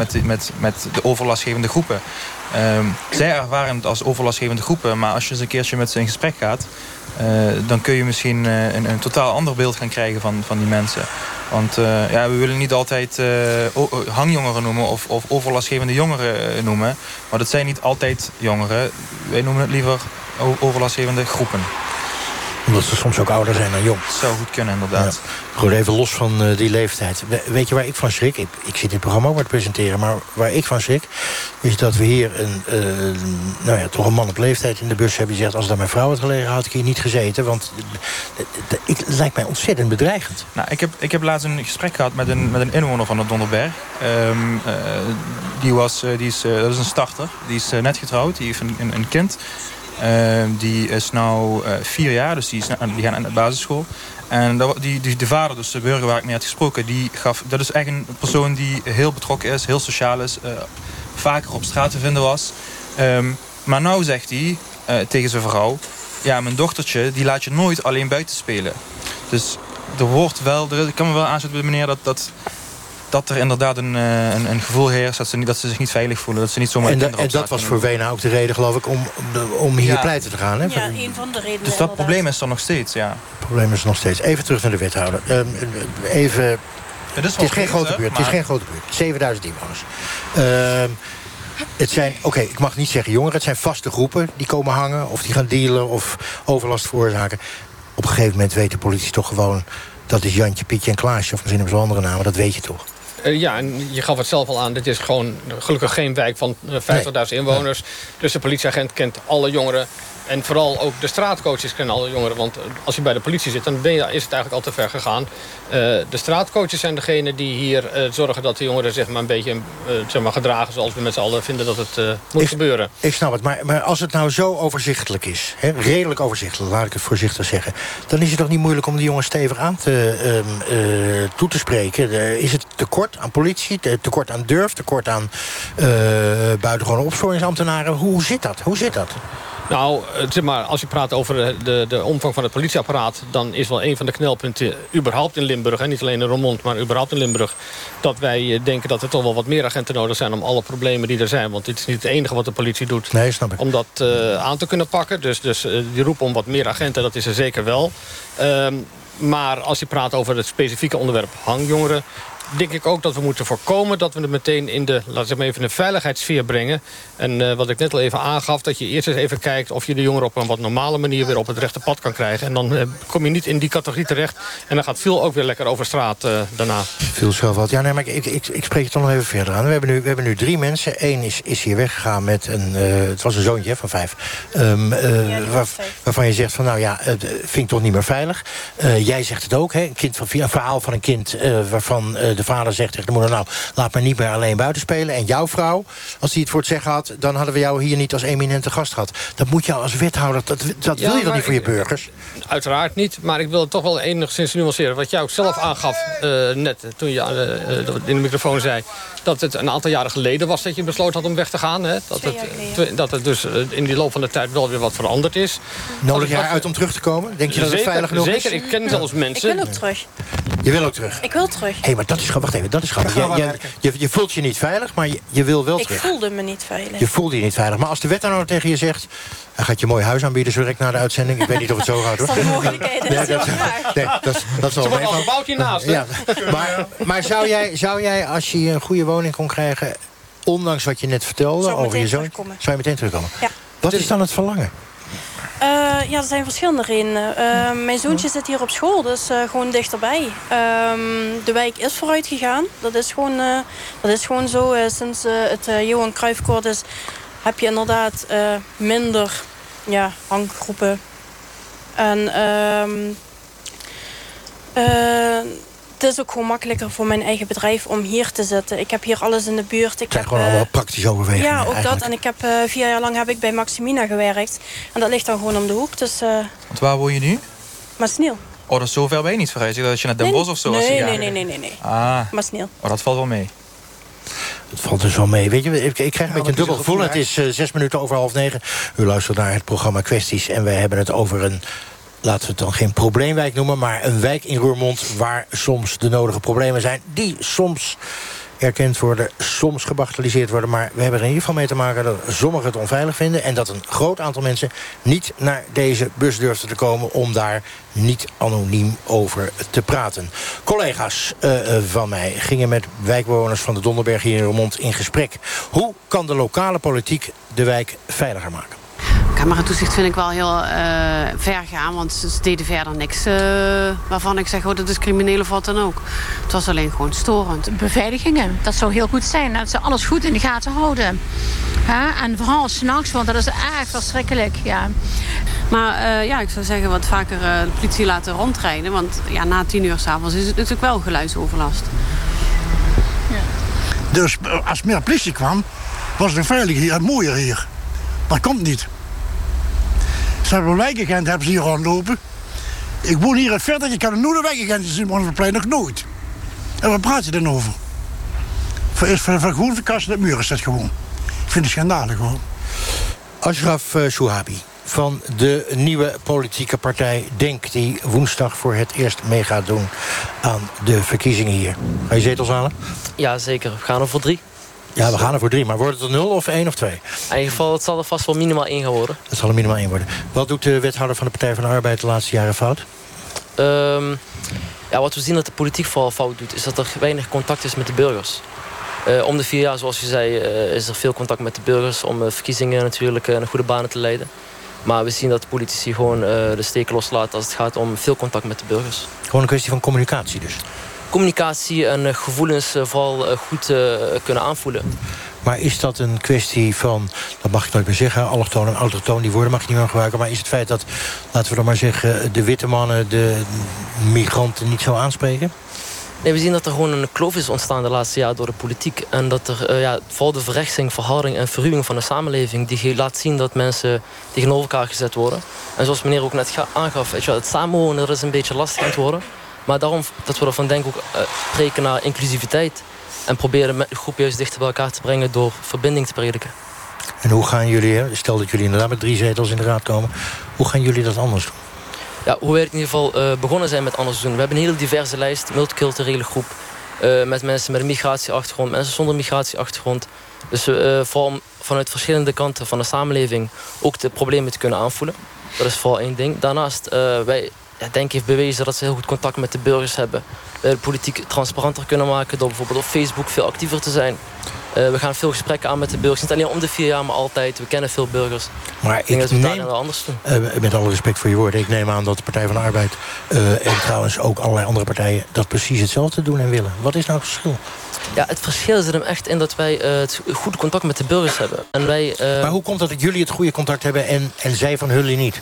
de overlastgevende groepen. Zij ervaren het als overlastgevende groepen, maar als je eens een keertje met ze in gesprek gaat, dan kun je misschien een totaal ander beeld gaan krijgen van die mensen. Want we willen niet altijd hangjongeren noemen of overlastgevende jongeren noemen, maar dat zijn niet altijd jongeren. Wij noemen het liever overlastgevende groepen. Omdat ze soms ook ouder zijn dan jong. Dat zou goed kunnen, inderdaad. Ja. Goed, even los van die leeftijd. Weet je waar ik van schrik? Ik zit dit programma ook maar te presenteren. Maar waar ik van schrik is dat we hier toch een man op leeftijd in de bus hebben die zegt, als dat mijn vrouw had gelegen, had ik hier niet gezeten. Want het lijkt mij ontzettend bedreigend. Nou, ik heb laatst een gesprek gehad met een inwoner van de Donderberg. Dat is een starter. Die is net getrouwd. Die heeft een kind. Die is nu 4 jaar, dus die gaan aan de basisschool. En de vader, dus de burger waar ik mee had gesproken, dat is echt een persoon die heel betrokken is, heel sociaal is, vaker op straat te vinden was. Maar nou zegt hij tegen zijn vrouw, ja, mijn dochtertje, die laat je nooit alleen buiten spelen. Dus ik kan me wel aanzetten bij de meneer dat dat er inderdaad een gevoel heerst dat ze zich niet veilig voelen. Dat ze niet zomaar en dat was voor Wena ook de reden, geloof ik, om hier pleiten te gaan. Hè? Ja, een van de redenen. Dus dat probleem is er nog steeds, ja. Het probleem is er nog steeds. Even terug naar de wethouder. Het is geen grote buurt. Het is geen grote buurt. 7000 inwoners. Het zijn, ik mag niet zeggen jongeren. Het zijn vaste groepen die komen hangen of die gaan dealen of overlast veroorzaken. Op een gegeven moment weet de politie toch gewoon, dat is Jantje, Pietje en Klaasje, of misschien hebben ze wel andere namen, dat weet je toch? Ja, en je gaf het zelf al aan. Dit is gewoon gelukkig geen wijk van 50.000 inwoners. Nee. Dus de politieagent kent alle jongeren. En vooral ook de straatcoaches kennen alle jongeren. Want als je bij de politie zit, dan is het eigenlijk al te ver gegaan. De straatcoaches zijn degene die hier zorgen dat de jongeren zich maar een beetje gedragen zoals we met z'n allen vinden dat het moet gebeuren. Ik snap het, maar als het nou zo overzichtelijk is, redelijk overzichtelijk, laat ik het voorzichtig zeggen, dan is het toch niet moeilijk om die jongens stevig aan toe te spreken. Is het tekort aan politie, tekort aan durf, tekort aan buitengewone opsporingsambtenaren? Hoe zit dat? Nou, zeg maar, als je praat over de omvang van het politieapparaat, dan is wel een van de knelpunten überhaupt in Limburg, en niet alleen in Roermond, maar überhaupt in Limburg, dat wij denken dat er toch wel wat meer agenten nodig zijn om alle problemen die er zijn. Want dit is niet het enige wat de politie doet om dat aan te kunnen pakken. Dus die roep om wat meer agenten, dat is er zeker wel. Maar als je praat over het specifieke onderwerp hangjongeren, denk ik ook dat we moeten voorkomen dat we het meteen in de, laten we even, een veiligheidssfeer brengen. En wat ik net al even aangaf, dat je eerst eens even kijkt of je de jongeren op een wat normale manier weer op het rechte pad kan krijgen. En dan kom je niet in die categorie terecht. En dan gaat veel ook weer lekker over straat daarna. Veel zelf wat. Ja, nee, maar ik spreek het toch nog even verder aan. We hebben nu 3 mensen. Eén is hier weggegaan met het was een zoontje van 5. Waarvan je zegt van, nou ja, het vind ik toch niet meer veilig. Jij zegt het ook, hè? Een verhaal van een kind waarvan de vader zegt tegen de moeder, nou, laat me niet meer alleen buiten spelen. En jouw vrouw, als die het voor het zeggen had, dan hadden we jou hier niet als eminente gast gehad. Dat moet je als wethouder, dat wil je toch niet voor je burgers? Uiteraard niet, maar ik wil het toch wel enigszins nuanceren. Wat jij ook zelf aangaf net, toen je in de microfoon zei, dat het een aantal jaren geleden was dat je besloten had om weg te gaan. Hè? Dat het dus in die loop van de tijd wel weer wat veranderd is. Nodig jij uit om terug te komen? Denk je dat het veilig genoeg is? Zeker, ik ken zelfs mensen. Ik wil ook terug. Je wil ook terug? Ik wil terug. Hé, maar dat is wacht even, dat is grappig. Je voelt je niet veilig, maar je wil wel terug. Ik voelde me niet veilig. Je voelde je niet veilig. Maar als de wethouder tegen je zegt, hij gaat je mooi huis aanbieden zo direct na de uitzending. Ik weet niet of het zo gaat, hoor. Dat is mogelijkheden. Dat is wel mee. Ze bouwt hiernaast. Ja. Maar zou jij, als je een goede woning kon krijgen, ondanks wat je net vertelde over je zoon, zou je meteen terugkomen? Ja. Wat is dan het verlangen? Ja, er zijn verschillende redenen. Mijn zoontje zit hier op school, dus gewoon dichterbij. De wijk is vooruit gegaan. Dat is gewoon zo. Sinds het Johan Cruijffkoord is, heb je inderdaad minder hanggroepen. En het is ook gewoon makkelijker voor mijn eigen bedrijf om hier te zitten. Ik heb hier alles in de buurt. Het zijn gewoon allemaal praktisch overwegingen. Ja, ook eigenlijk. dat. En ik heb 4 jaar lang bij Maximina gewerkt. En dat ligt dan gewoon om de hoek. Dus, Want waar woon je nu? Maasniel. Oh, dat is zo ver ben je niet verhuisd. Dat je naar Den Bosch of zo was gegaan. Nee. Maasniel. Oh, dat valt wel mee. Het valt dus wel mee. Weet je, ik krijg een beetje een dubbel gevoel. Het is 6 minuten over 8:30. U luistert naar het programma Kwesties. En wij hebben het over een, laten we het dan geen probleemwijk noemen, maar een wijk in Roermond waar soms de nodige problemen zijn, die soms erkend worden, soms gebagatelliseerd worden. Maar we hebben er in ieder geval mee te maken dat sommigen het onveilig vinden en dat een groot aantal mensen niet naar deze bus durfden te komen om daar niet anoniem over te praten. Collega's van mij gingen met wijkbewoners van de Donderberg hier in Roermond in gesprek. Hoe kan de lokale politiek de wijk veiliger maken? Cameratoezicht vind ik wel heel ver gaan, want ze deden verder niks waarvan ik zeg, dat is crimineel of wat dan ook. Het was alleen gewoon storend. Beveiligingen, dat zou heel goed zijn, dat ze alles goed in de gaten houden. En vooral 's nachts, want dat is echt verschrikkelijk. Ja. Maar ik zou zeggen wat vaker de politie laten rondrijden, want na 10 uur 's avonds is het natuurlijk wel geluidsoverlast. Ja. Dus als meer politie kwam, was het veiliger hier en mooier hier. Maar dat komt niet. Ze hebben een wijkagent, hebben ze hier rondlopen. Ik woon hier in 40, ik heb een nieuwe wijkagent gezien, maar op het plein nog nooit. En waar praat je dan over? Van gewoon verkassen de muren is dat gewoon. Ik vind het schandalig gewoon. Ashraf Chouhabi, van de nieuwe politieke partij DENK... die woensdag voor het eerst mee gaat doen aan de verkiezingen hier. Ga je zetels halen? Ja, zeker. We gaan er voor 3. Ja, we gaan er voor 3. Maar wordt het er 0 of 1 of 2? In ieder geval, het zal er vast wel minimaal 1 gaan worden. Het zal er minimaal 1 worden. Wat doet de wethouder van de Partij van de Arbeid de laatste jaren fout? Wat we zien dat de politiek vooral fout doet... is dat er weinig contact is met de burgers. Om de 4 jaar, zoals je zei, is er veel contact met de burgers... om verkiezingen natuurlijk naar goede banen te leiden. Maar we zien dat de politici gewoon de steken loslaten... als het gaat om veel contact met de burgers. Gewoon een kwestie van communicatie dus? Communicatie en gevoelens vooral goed kunnen aanvoelen. Maar is dat een kwestie van, dat mag ik nooit meer zeggen... allochtoon en autochtoon, die woorden mag je niet meer gebruiken... maar is het feit dat, laten we dan maar zeggen... de witte mannen de migranten niet zo aanspreken? Nee, we zien dat er gewoon een kloof is ontstaan de laatste jaren door de politiek. En dat er vooral de verrechtsing, verharding en verruwing van de samenleving... die laat zien dat mensen tegenover elkaar gezet worden. En zoals meneer ook net aangaf, weet je, het samenwonen is een beetje lastig aan het worden. Maar daarom dat we ervan denken ook spreken naar inclusiviteit... en proberen de groep juist dichter bij elkaar te brengen door verbinding te prediken. En hoe gaan jullie, stel dat jullie inderdaad met 3 zetels in de raad komen... hoe gaan jullie dat anders doen? Ja, hoe wij in ieder geval begonnen zijn met anders doen. We hebben een hele diverse lijst, multiculturele groep... met mensen met een migratieachtergrond, mensen zonder migratieachtergrond. Dus vooral vanuit verschillende kanten van de samenleving... ook de problemen te kunnen aanvoelen. Dat is vooral 1 ding. Daarnaast, wij... DENK heeft bewezen dat ze heel goed contact met de burgers hebben. De politiek transparanter kunnen maken door bijvoorbeeld op Facebook veel actiever te zijn. We gaan veel gesprekken aan met de burgers. Niet alleen om de 4 jaar, maar altijd. We kennen veel burgers. Maar ik denk dat we daar wel anders doen. Met alle respect voor je woorden. Ik neem aan dat de Partij van de Arbeid... en trouwens ook allerlei andere partijen... dat precies hetzelfde doen en willen. Wat is nou het verschil? Ja, het verschil zit hem echt in dat wij het goede contact met de burgers hebben. En wij, maar hoe komt dat jullie het goede contact hebben en zij van jullie niet?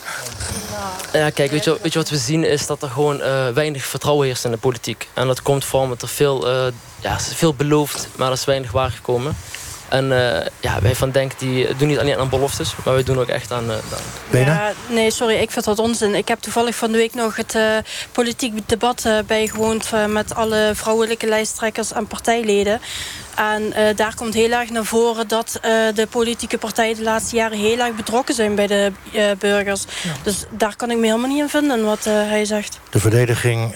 Ja, kijk, weet je wat we zien is dat er gewoon weinig vertrouwen heerst in de politiek. En dat komt vooral omdat er veel beloofd, maar er is weinig waargekomen. En wij van DENK die doen niet alleen aan beloftes, maar wij doen ook echt aan... Ja, nee, sorry, ik vind dat onzin. Ik heb toevallig van de week nog het politiek debat bijgewoond... met alle vrouwelijke lijsttrekkers en partijleden. En daar komt heel erg naar voren dat de politieke partijen... de laatste jaren heel erg betrokken zijn bij de burgers. Ja. Dus daar kan ik me helemaal niet in vinden, wat hij zegt. De verdediging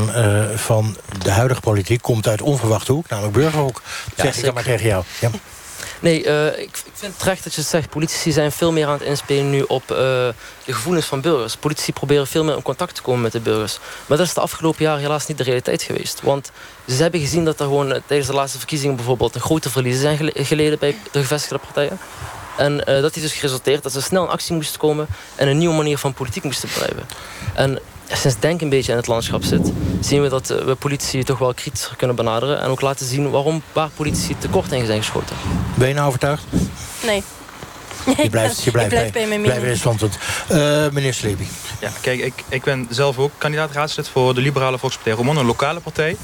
van de huidige politiek komt uit onverwachte hoek, namelijk Burgerhok. Zeg ik dan maar tegen jou. Ja. Nee, ik vind het terecht dat je het zegt. Politici zijn veel meer aan het inspelen nu op de gevoelens van burgers. Politici proberen veel meer in contact te komen met de burgers. Maar dat is de afgelopen jaren helaas niet de realiteit geweest. Want ze hebben gezien dat er gewoon tijdens de laatste verkiezingen... bijvoorbeeld een grote verliezen zijn geleden bij de gevestigde partijen. En dat heeft dus geresulteerd dat ze snel in actie moesten komen... en een nieuwe manier van politiek moesten bedrijven. En sinds DENK een beetje in het landschap zit... zien we dat we politici toch wel kritischer kunnen benaderen... en ook laten zien waar politici tekort in zijn geschoten. Ben je nou overtuigd? Nee. Je blijft bij mijn mening. Meneer Sleepy. Ja, kijk, ik ben zelf ook kandidaat-raadslid voor de Liberale Volkspartij Roermond, een lokale partij.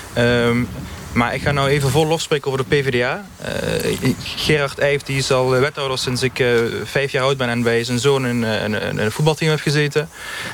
Maar ik ga nou even vol lof spreken over de PvdA. Gerard Eyff die is al wethouder sinds ik 5 jaar oud ben... en bij zijn zoon in een voetbalteam heb gezeten.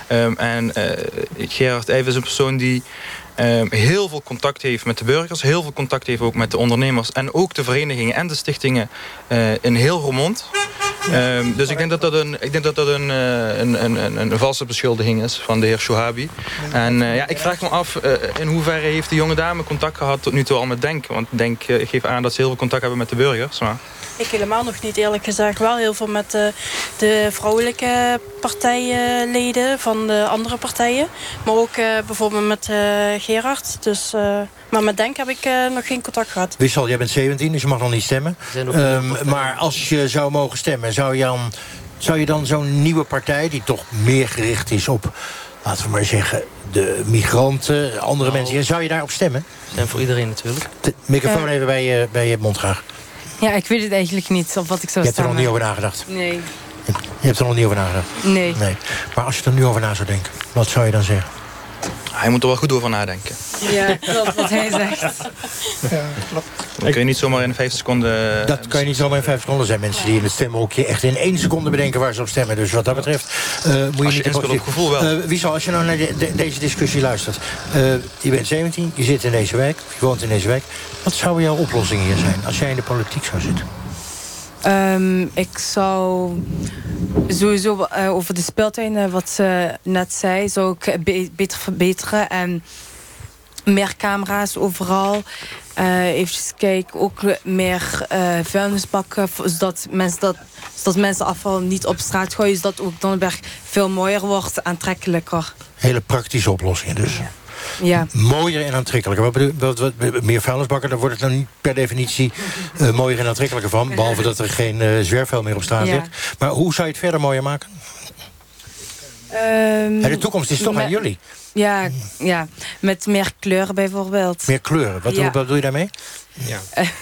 Gerard Eyff is een persoon die... heel veel contact heeft met de burgers, heel veel contact heeft ook met de ondernemers en ook de verenigingen en de stichtingen in heel Roermond. Dus ik denk dat dat een valse beschuldiging is van de heer Chouhabi. En ik vraag me af in hoeverre heeft de jonge dame contact gehad tot nu toe al met DENK. Want DENK geeft aan dat ze heel veel contact hebben met de burgers. Maar... Ik helemaal nog niet, eerlijk gezegd. Wel heel veel met de vrouwelijke partijleden van de andere partijen. Maar ook bijvoorbeeld met Gerard. Dus, maar met DENK heb ik nog geen contact gehad. Wissel, jij bent 17, dus je mag nog niet stemmen. Maar als je zou mogen stemmen, zou je dan zo'n nieuwe partij... die toch meer gericht is op, laten we maar zeggen... de migranten, andere mensen... zou je daarop stemmen? En voor iedereen natuurlijk. De microfoon even bij je mond graag. Ja, ik weet het eigenlijk niet op wat ik zou stemmen. Je hebt er nog niet over nagedacht? Nee. Je hebt er nog niet over nagedacht? Nee. Maar als je er nu over na zou denken, wat zou je dan zeggen? Hij moet er wel goed over nadenken. Ja, klopt wat hij zegt. Ja, klopt. Dat kun je niet zomaar in 5 seconden... Dat kan je niet zomaar in 5 seconden. Er zijn mensen die in het stemhokje echt in 1 seconde bedenken waar ze op stemmen. Dus wat dat betreft moet je niet... Als je op gevoel wel. Wiesel, als je nou naar deze discussie luistert. Je bent 17, je zit in deze wijk, je woont in deze wijk. Wat zou jouw oplossing hier zijn als jij in de politiek zou zitten? Ik zou sowieso over de speeltuinen, wat ze net zei, zou ik beter verbeteren. En meer camera's overal. Even kijken, ook meer vuilnisbakken, zodat mensen afval niet op straat gooien. Zodat ook Donnenberg veel mooier wordt, aantrekkelijker. Hele praktische oplossingen dus. Ja. Mooier en aantrekkelijker. Wat meer vuilnisbakken, daar wordt het nou niet per definitie mooier en aantrekkelijker van. Behalve dat er geen zwerfvuil meer op straat ligt. Maar hoe zou je het verder mooier maken? De toekomst is toch aan jullie? Ja, met meer kleuren bijvoorbeeld. Meer kleuren? Wat bedoel je daarmee? Ja.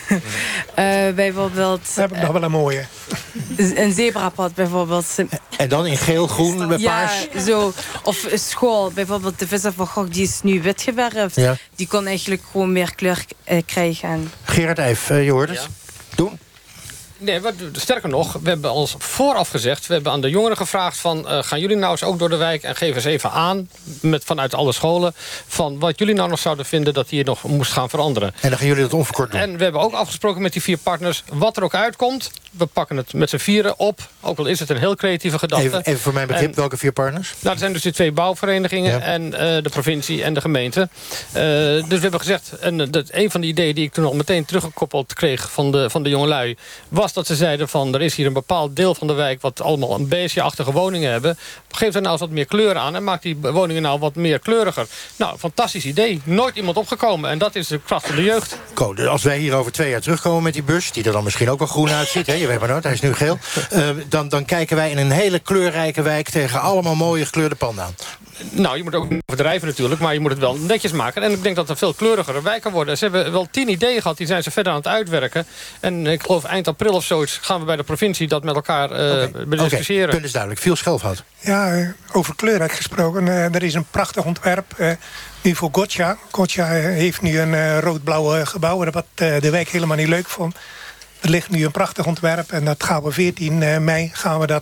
Bijvoorbeeld... Dat heb ik nog wel een mooie. Een zebrapad bijvoorbeeld. En dan in geel, groen, met paars? Ja, zo. Of school. Bijvoorbeeld de Visser van Gogh, die is nu wit geverfd. Ja. Die kon eigenlijk gewoon meer kleur krijgen. Gerard Eijf, je hoort het. Doen. Nee, sterker nog, we hebben ons vooraf gezegd... we hebben aan de jongeren gevraagd van... gaan jullie nou eens ook door de wijk en geef eens even aan... vanuit alle scholen... van wat jullie nou nog zouden vinden dat hier nog moest gaan veranderen. En dan gaan jullie dat onverkort doen. En we hebben ook afgesproken met die 4 partners... wat er ook uitkomt, we pakken het met z'n 4 op. Ook al is het een heel creatieve gedachte. Even voor mijn begrip, welke 4 partners? Nou, er zijn dus die 2 bouwverenigingen... en de provincie en de gemeente. Dus we hebben gezegd... en een van de ideeën die ik toen al meteen teruggekoppeld kreeg... van de jongelui... was dat ze zeiden van... er is hier een bepaald deel van de wijk... wat allemaal een beestje-achtige woningen hebben. Geef er nou eens wat meer kleur aan... en maak die woningen nou wat meer kleuriger. Nou, fantastisch idee. Nooit iemand opgekomen. En dat is de kracht van de jeugd. Als wij hier over 2 jaar terugkomen met die bus... die er dan misschien ook wel groen uitziet... Hè, je weet maar nooit, hij is nu geel... dan kijken wij in een hele kleurrijke wijk... tegen allemaal mooie gekleurde panden aan. Nou, je moet ook niet overdrijven natuurlijk, maar je moet het wel netjes maken. En ik denk dat het een veel kleurigere wijk kan worden. Ze hebben wel 10 ideeën gehad, die zijn ze verder aan het uitwerken. En ik geloof eind april of zoiets gaan we bij de provincie dat met elkaar bediscussiëren. Punt is duidelijk. Veel Schelfhout. Ja, over kleurrijk gesproken. Er is een prachtig ontwerp nu voor Gotcha. Gotcha heeft nu een rood-blauw gebouw, wat de wijk helemaal niet leuk vond. Er ligt nu een prachtig ontwerp en dat gaan we 14 mei gaan we dat...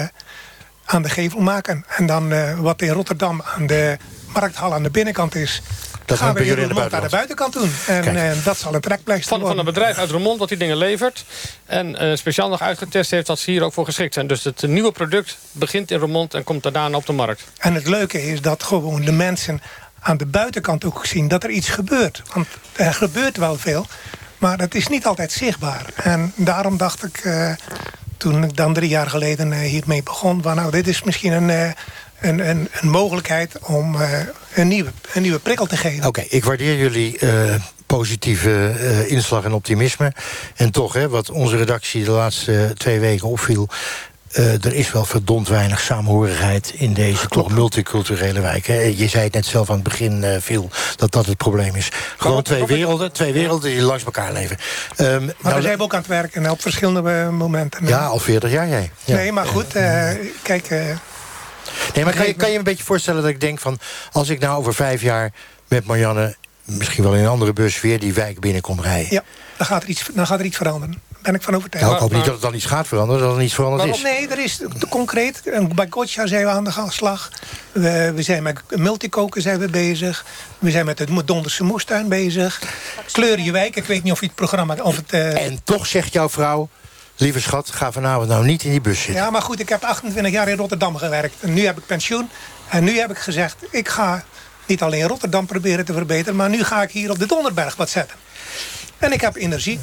aan de gevel maken. En dan wat in Rotterdam aan de markthal aan de binnenkant is... Dat gaan we bij jullie aan de buitenkant doen. En dat zal een trekpleister worden. Van een bedrijf uit Roermond wat die dingen levert. En speciaal nog uitgetest heeft dat ze hier ook voor geschikt zijn. Dus het nieuwe product begint in Roermond en komt daarna op de markt. En het leuke is dat gewoon de mensen aan de buitenkant ook zien dat er iets gebeurt. Want er gebeurt wel veel, maar het is niet altijd zichtbaar. En daarom dacht ik... toen ik dan 3 jaar geleden hiermee begon... nou, dit is misschien een mogelijkheid om een nieuwe prikkel te geven. Oké, ik waardeer jullie positieve inslag en optimisme. En toch, wat onze redactie de laatste 2 weken opviel... er is wel verdomd weinig saamhorigheid in deze toch multiculturele wijk. Hè? Je zei het net zelf aan het begin, Phil, dat het probleem is. Gewoon 2 werelden die langs elkaar leven. Maar daar zijn we ook aan het werken op verschillende momenten. Ja, al 40 jaar jij. Ja. Nee, maar goed, kijk... nee, maar kan je een beetje voorstellen dat ik denk van... als ik nou over 5 jaar met Marianne... misschien wel in een andere bus weer die wijk binnenkom rijden... Ja, dan gaat er iets veranderen. Ben ik van overtuigd. Nou, ik hoop niet dat het dan iets gaat veranderen, dat er niets veranderd is. Nee, er is concreet. Bij Gotcha zijn we aan de slag. We zijn met multikoken zijn we bezig. We zijn met de Donderse moestuin bezig. Kleur je wijk. Ik weet niet of je het programma... En toch zegt jouw vrouw... lieve schat, ga vanavond nou niet in die bus zitten. Ja, maar goed, ik heb 28 jaar in Rotterdam gewerkt. En nu heb ik pensioen. En nu heb ik gezegd, ik ga niet alleen Rotterdam proberen te verbeteren... maar nu ga ik hier op de Donderberg wat zetten. En ik heb energie.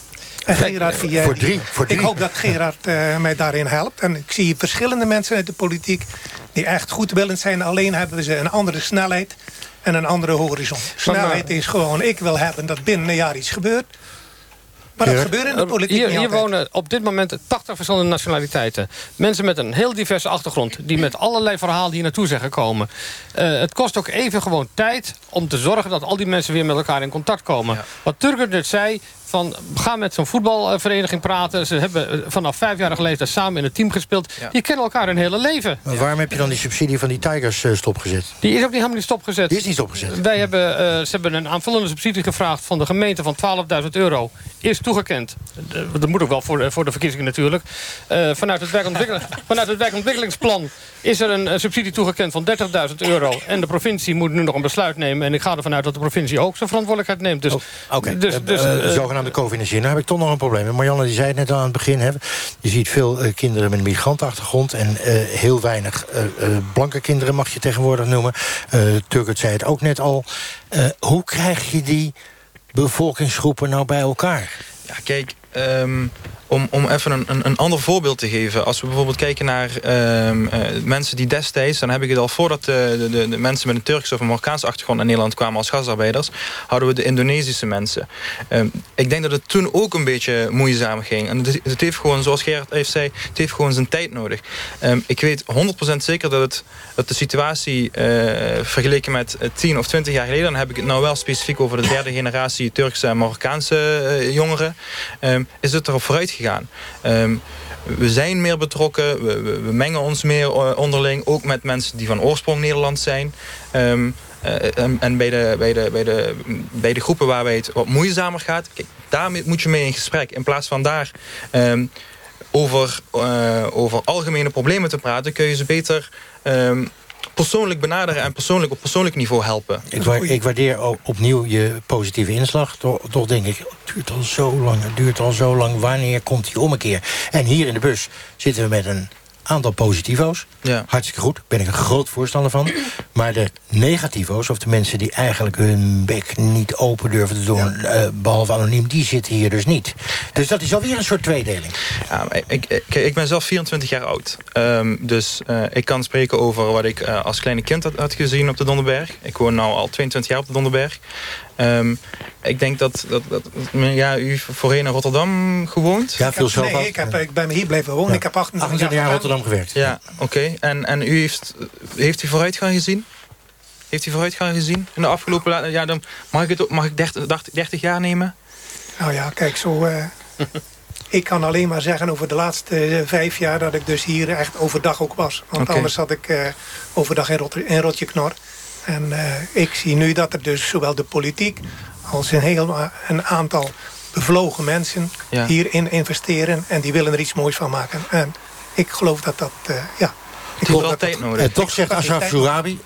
En Gerard, voor drie. Ik hoop dat Gerard mij daarin helpt. En ik zie verschillende mensen uit de politiek... die echt goedwillend zijn. Alleen hebben ze een andere snelheid en een andere horizon. Snelheid is gewoon, ik wil hebben dat binnen een jaar iets gebeurt. Maar dat gebeurt in de politiek hier wonen op dit moment 80 verschillende nationaliteiten. Mensen met een heel diverse achtergrond... die met allerlei verhalen hier naartoe zijn gekomen. Het kost ook even gewoon tijd om te zorgen... dat al die mensen weer met elkaar in contact komen. Ja. Wat Turker net zei... ga met zo'n voetbalvereniging praten. Ze hebben vanaf 5-jarige leeftijd samen in een team gespeeld. Ja. Die kennen elkaar hun hele leven. Maar waarom heb je dan die subsidie van die Tigers stopgezet? Die is ook helemaal niet stopgezet. Die is niet stopgezet? Ze hebben een aanvullende subsidie gevraagd van de gemeente van €12.000. Is toegekend. Dat moet ook wel voor de verkiezingen natuurlijk. Vanuit het wijkontwikkelingsplan is er een subsidie toegekend van €30.000. En de provincie moet nu nog een besluit nemen. En ik ga ervan uit dat de provincie ook zijn verantwoordelijkheid neemt. Dus, Oké. zogenaamd aan de co-financiering. Nou heb ik toch nog een probleem. Marianne die zei het net al aan het begin. Hè. Je ziet veel kinderen met een migrantenachtergrond en heel weinig blanke kinderen mag je tegenwoordig noemen. Turkert zei het ook net al. Hoe krijg je die bevolkingsgroepen nou bij elkaar? Ja, kijk, om even een ander voorbeeld te geven. Als we bijvoorbeeld kijken naar mensen die destijds... dan heb ik het al voordat de mensen met een Turkse of een Marokkaanse achtergrond in Nederland kwamen als gastarbeiders, hadden we de Indonesische mensen. Ik denk dat het toen ook een beetje moeizaam ging. En het heeft gewoon, zoals Gerard even zei, het heeft gewoon zijn tijd nodig. Ik weet 100% zeker dat de situatie vergeleken met 10 of 20 jaar geleden, dan heb ik het nou wel specifiek over de derde generatie Turkse en Marokkaanse jongeren, is het erop vooruit gegaan. We zijn meer betrokken, we mengen ons meer onderling, ook met mensen die van oorsprong Nederlands zijn. En bij de groepen waarbij het wat moeizamer gaat, kijk, daar moet je mee in gesprek. In plaats van daar over algemene problemen te praten, kun je ze beter persoonlijk benaderen en op persoonlijk niveau helpen. Ik waardeer ook opnieuw je positieve inslag. Toch denk ik, het duurt al zo lang. Wanneer komt die ommekeer? En hier in de bus zitten we met een aantal positivo's. Ja. Hartstikke goed, ben ik een groot voorstander van. Maar de negativo's, of de mensen die eigenlijk hun bek niet open durven te doen, behalve anoniem, die zitten hier dus niet. Dus dat is alweer een soort tweedeling. Ja, ik ben zelf 24 jaar oud. Dus ik kan spreken over wat ik als kleine kind had gezien op de Donderberg. Ik woon nu al 22 jaar op de Donderberg. Ik denk dat u voorheen in Rotterdam gewoond. Ja, ik ben hier blijven wonen. Ja. Ik heb 28 jaar in Rotterdam gewerkt. Ja, oké. En u heeft u vooruitgang gezien? Heeft u vooruitgang gezien in de afgelopen... Ja, dan mag ik 30 jaar nemen? Nou ja, kijk, zo... Ik kan alleen maar zeggen over de laatste 5 jaar dat ik dus hier echt overdag ook was. Want anders zat ik overdag in Rotjeknor. En ik zie nu dat er dus zowel de politiek als een aantal bevlogen mensen hierin investeren. En die willen er iets moois van maken. En ik geloof dat ik hoop dat tijd nodig. Toch zegt Ashraf Zourabi,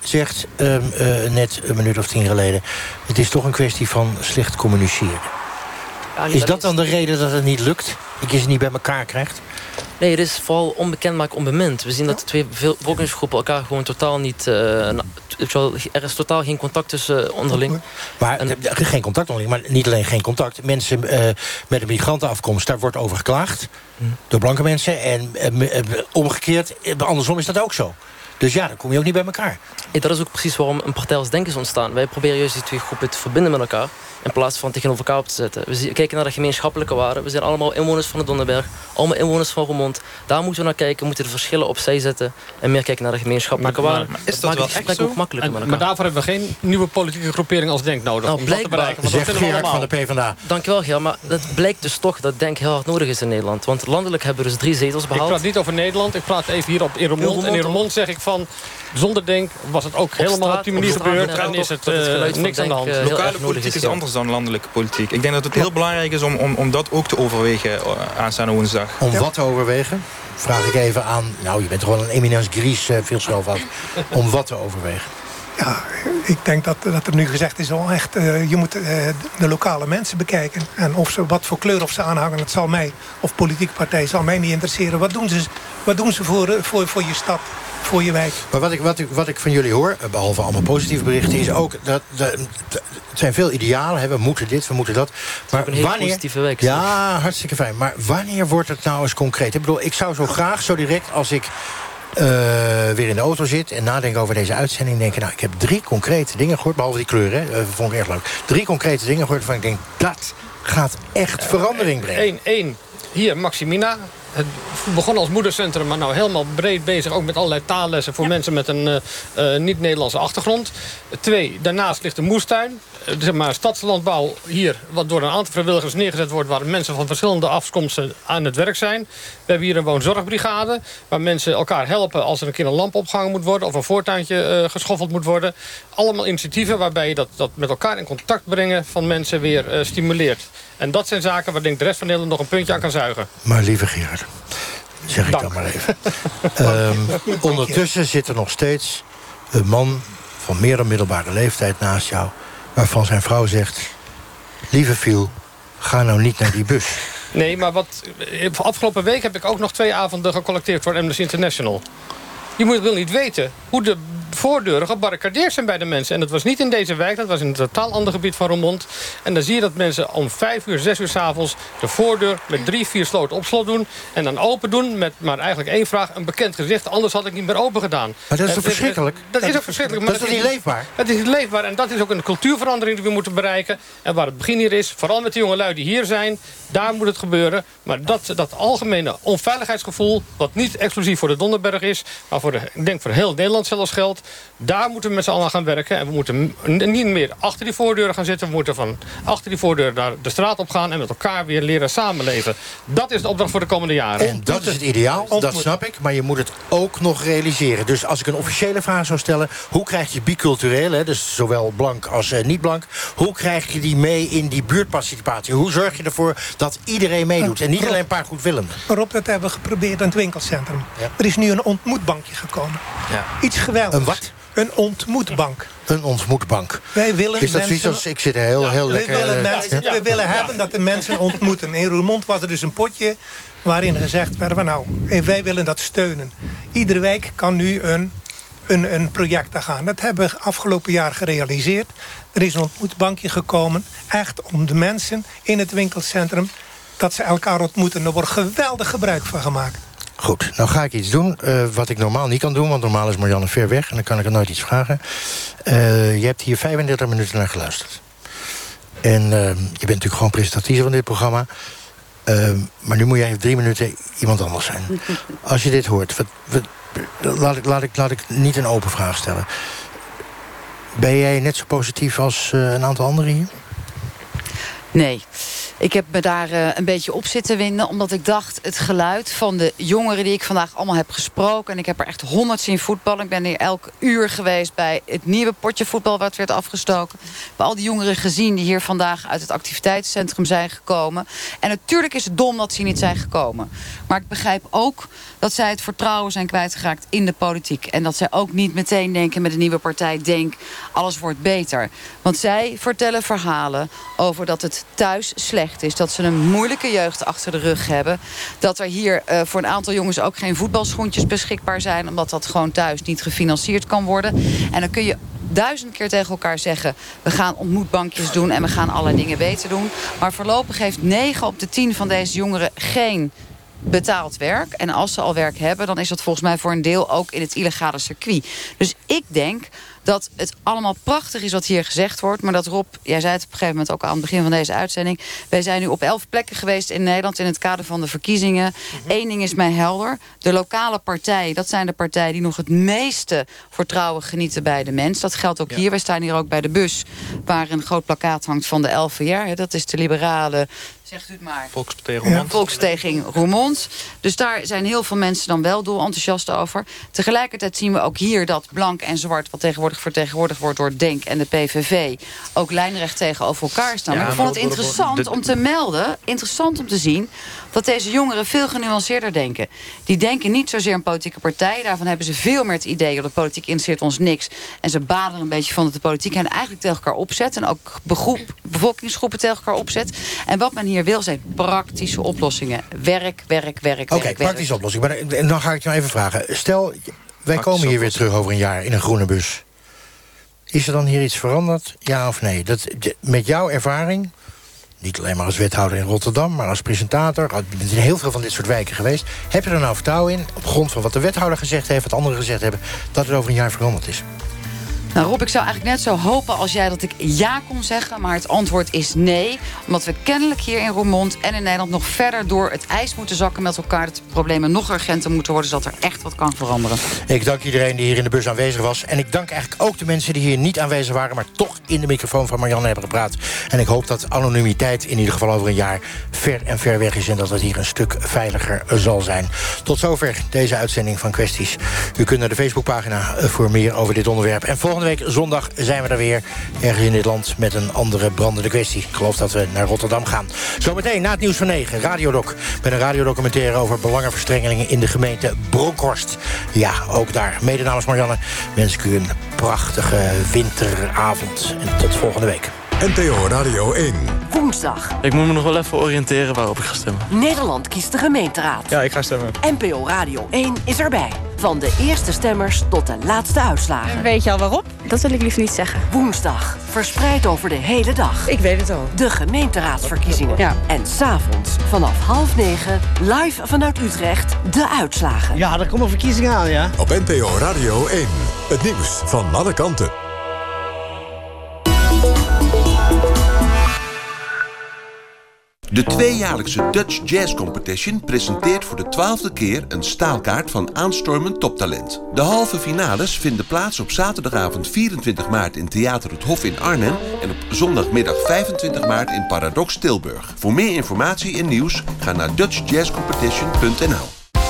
net een minuut of 10 geleden, het is toch een kwestie van slecht communiceren. Ja, is dat dan de reden dat het niet lukt? Dat je ze niet bij elkaar krijgt? Nee, het is vooral onbekend maken onbemind. We zien dat de twee bevolkingsgroepen elkaar gewoon totaal niet... er is totaal geen contact tussen onderling. Maar geen contact onderling, maar niet alleen geen contact. Mensen met een migrantenafkomst, daar wordt over geklaagd. Door blanke mensen. En omgekeerd, andersom is dat ook zo. Dus ja, dan kom je ook niet bij elkaar. Ja, dat is ook precies waarom een partij als Denk is ontstaan. Wij proberen juist die twee groepen te verbinden met elkaar, in plaats van tegenover elkaar op te zetten. We kijken naar de gemeenschappelijke waarden. We zijn allemaal inwoners van de Donderberg. Allemaal inwoners van Roermond. Daar moeten we naar kijken. We moeten de verschillen opzij zetten. En meer kijken naar de gemeenschappelijke waarden. Maar is dat wel echt zo? Ook makkelijker met elkaar. Maar daarvoor hebben we geen nieuwe politieke groepering als Denk nodig. Nou, om dat te bereiken. Want dat vinden we allemaal. Van de PvdA. Dankjewel, Ger. Maar het blijkt dus toch dat Denk heel hard nodig is in Nederland. Want landelijk hebben we dus 3 zetels behaald. Ik praat niet over Nederland. Ik praat even hier in Roermond. En in Roermond zeg ik van, zonder Denk was het ook helemaal op die manier gebeurd. En is het niks aan de hand. Lokale politiek is anders dan landelijke politiek. Ik denk dat het heel belangrijk is om dat ook te overwegen aanstaande woensdag. Om wat te overwegen? Vraag ik even aan... Nou, je bent toch wel een eminence grise, veel zelf af. Om wat te overwegen? Ja, ik denk dat er nu gezegd is al echt... je moet de lokale mensen bekijken. En wat voor kleur of ze aanhangen, het zal mij... of politieke partij zal mij niet interesseren. Wat doen ze voor je stad? Voor je wijk. Maar wat ik van jullie hoor, behalve allemaal positieve berichten, is ook dat het zijn veel idealen. Hè? We moeten dit, we moeten dat. Maar een hele positieve wijk. Ja, hartstikke fijn. Maar wanneer wordt het nou eens concreet? Ik bedoel, ik zou zo graag, zo direct, als ik weer in de auto zit en nadenk over deze uitzending, denken, nou, ik heb 3 concrete dingen gehoord, behalve die kleuren, hè? Vond ik erg leuk. 3 concrete dingen gehoord waarvan ik denk, dat gaat echt verandering brengen. Eén, hier, Maximina. Het begon als moedercentrum, maar nou helemaal breed bezig. Ook met allerlei taallessen voor mensen met een niet-Nederlandse achtergrond. 2, daarnaast ligt de moestuin. Zeg maar stadslandbouw hier, wat door een aantal vrijwilligers neergezet wordt, waar mensen van verschillende afkomsten aan het werk zijn. We hebben hier een woonzorgbrigade, waar mensen elkaar helpen als er een keer een lamp opgehangen moet worden of een voortuintje geschoffeld moet worden. Allemaal initiatieven waarbij je dat met elkaar in contact brengen van mensen weer stimuleert. En dat zijn zaken waar denk de rest van Nederland nog een puntje aan kan zuigen. Maar lieve Gerard, zeg ik dan maar even. Ondertussen zit er nog steeds een man van meer dan middelbare leeftijd naast jou, waarvan zijn vrouw zegt, lieve Fiel, ga nou niet naar die bus. Nee, maar afgelopen week heb ik ook nog 2 avonden gecollecteerd voor Amnesty International. Je wil niet weten hoe de voordeuren gebarricadeerd zijn bij de mensen. En dat was niet in deze wijk, dat was in een totaal ander gebied van Roermond. En dan zie je dat mensen om 5 uur, 6 uur 's avonds de voordeur met 3, 4 sloten op slot doen. En dan open doen met maar eigenlijk 1 vraag, een bekend gezicht. Anders had ik niet meer open gedaan. Maar dat is toch verschrikkelijk? Dat is ook verschrikkelijk. Maar dat is toch niet leefbaar? Dat is niet leefbaar en dat is ook een cultuurverandering die we moeten bereiken. En waar het begin hier is, vooral met de jonge lui die hier zijn, daar moet het gebeuren. Maar dat algemene onveiligheidsgevoel, wat niet exclusief voor de Donderberg is, maar ik denk voor heel Nederland zelfs geldt, daar moeten we met z'n allen gaan werken. En we moeten niet meer achter die voordeuren gaan zitten. We moeten van achter die voordeur naar de straat op gaan en met elkaar weer leren samenleven. Dat is de opdracht voor de komende jaren. Dat is het ideaal, dat snap ik. Maar je moet het ook nog realiseren. Dus als ik een officiële vraag zou stellen, hoe krijg je bicultureel, hè, dus zowel blank als niet blank, hoe krijg je die mee in die buurtparticipatie? Hoe zorg je ervoor dat iedereen meedoet en niet alleen een paar goedwillenden? Rob, dat hebben we geprobeerd in het winkelcentrum. Ja. Er is nu een ontmoetbankje gekomen. Ja. Iets geweldigs. Een wat? Een ontmoetbank. Een ontmoetbank. Wij willen is dat zoiets als, ik zit heel lekker... We willen hebben dat de mensen ontmoeten. In Roermond was er dus een potje waarin gezegd werd van nou, wij willen dat steunen. Iedere wijk kan nu een project daar gaan. Dat hebben we afgelopen jaar gerealiseerd. Er is een ontmoetbankje gekomen. Echt om de mensen in het winkelcentrum, dat ze elkaar ontmoeten. Er wordt geweldig gebruik van gemaakt. Goed, nou ga ik iets doen wat ik normaal niet kan doen, want normaal is Marianne ver weg en dan kan ik er nooit iets vragen. Je hebt hier 35 minuten naar geluisterd. En je bent natuurlijk gewoon presentatrice van dit programma. Maar nu moet jij even 3 minuten iemand anders zijn. Als je dit hoort, laat ik niet een open vraag stellen. Ben jij net zo positief als een aantal anderen hier? Nee. Ik heb me daar een beetje op zitten winden, omdat ik dacht, het geluid van de jongeren die ik vandaag allemaal heb gesproken, en ik heb er echt 100 zien voetballen. Ik ben hier elk uur geweest bij het nieuwe potje voetbal wat werd afgestoken. Ik heb al die jongeren gezien die hier vandaag uit het activiteitscentrum zijn gekomen. En natuurlijk is het dom dat ze niet zijn gekomen. Maar ik begrijp ook dat zij het vertrouwen zijn kwijtgeraakt in de politiek. En dat zij ook niet meteen denken met de nieuwe partij, denk, alles wordt beter. Want zij vertellen verhalen over dat het thuis slecht is, dat ze een moeilijke jeugd achter de rug hebben, dat er hier voor een aantal jongens ook geen voetbalschoentjes beschikbaar zijn, omdat dat gewoon thuis niet gefinancierd kan worden. En dan kun je 1000 keer tegen elkaar zeggen, we gaan ontmoetbankjes doen en we gaan alle dingen beter doen. Maar voorlopig heeft 9 op de 10 van deze jongeren geen betaald werk. En als ze al werk hebben, dan is dat volgens mij voor een deel ook in het illegale circuit. Dus ik denk dat het allemaal prachtig is wat hier gezegd wordt. Maar dat Rob, jij zei het op een gegeven moment ook aan het begin van deze uitzending. Wij zijn nu op 11 plekken geweest in Nederland in het kader van de verkiezingen. Eén ding is mij helder. De lokale partijen, dat zijn de partijen die nog het meeste vertrouwen genieten bij de mens. Dat geldt ook hier. Wij staan hier ook bij de bus waar een groot plakkaat hangt van de LVR. Dat is de liberale, zegt u het maar, Volkspartij Roermond. Volkspartij Roermond. Dus daar zijn heel veel mensen dan wel dolenthousiast over. Tegelijkertijd zien we ook hier dat blank en zwart, wat tegenwoordig vertegenwoordigd wordt door DENK en de PVV, ook lijnrecht tegenover elkaar staan. Maar ik vond het interessant om te melden, interessant om te zien, dat deze jongeren veel genuanceerder denken. Die denken niet zozeer een politieke partij. Daarvan hebben ze veel meer het idee dat de politiek interesseert ons niks. En ze baden een beetje van dat de politiek hen eigenlijk tegen elkaar opzet. En ook bevolkingsgroepen tegen elkaar opzet. En wat men hier wil zijn praktische oplossingen. Werk. Oké, praktische oplossing. Maar dan ga ik je nou even vragen. Stel, wij komen hier weer terug over een jaar in een groene bus. Is er dan hier iets veranderd? Ja of nee? Met jouw ervaring, niet alleen maar als wethouder in Rotterdam, maar als presentator, je bent in heel veel van dit soort wijken geweest. Heb je er nou vertrouwen in, op grond van wat de wethouder gezegd heeft, wat anderen gezegd hebben, dat het over een jaar veranderd is? Nou Rob, ik zou eigenlijk net zo hopen als jij dat ik ja kon zeggen, maar het antwoord is nee. Omdat we kennelijk hier in Roermond en in Nederland nog verder door het ijs moeten zakken met elkaar, dat de problemen nog urgenter moeten worden, zodat er echt wat kan veranderen. Ik dank iedereen die hier in de bus aanwezig was. En ik dank eigenlijk ook de mensen die hier niet aanwezig waren, maar toch in de microfoon van Marianne hebben gepraat. En ik hoop dat anonimiteit in ieder geval over een jaar ver weg is en dat het hier een stuk veiliger zal zijn. Tot zover deze uitzending van Kwesties. U kunt naar de Facebookpagina voor meer over dit onderwerp. En volgende week zondag zijn we er weer ergens in dit land met een andere brandende kwestie. Ik geloof dat we naar Rotterdam gaan. Zometeen na het nieuws van 9, Radiodoc. Met een radiodocumentaire over belangenverstrengelingen in de gemeente Bronkhorst. Ja, ook daar. Mede namens Marianne wens ik u een prachtige winteravond. En tot volgende week. NPO Radio 1. Woensdag. Ik moet me nog wel even oriënteren waarop ik ga stemmen. Nederland kiest de gemeenteraad. Ja, ik ga stemmen. NPO Radio 1 is erbij. Van de eerste stemmers tot de laatste uitslagen. Weet je al waarop? Dat wil ik liever niet zeggen. Woensdag. Verspreid over de hele dag. Ik weet het al. De gemeenteraadsverkiezingen. Ja. En 's avonds vanaf 8:30 live vanuit Utrecht de uitslagen. Ja, er komen verkiezingen aan, ja. Op NPO Radio 1. Het nieuws van alle kanten. De tweejaarlijkse Dutch Jazz Competition presenteert voor de 12e keer een staalkaart van aanstormend toptalent. De halve finales vinden plaats op zaterdagavond 24 maart in Theater het Hof in Arnhem en op zondagmiddag 25 maart in Paradox Tilburg. Voor meer informatie en nieuws ga naar dutchjazzcompetition.nl.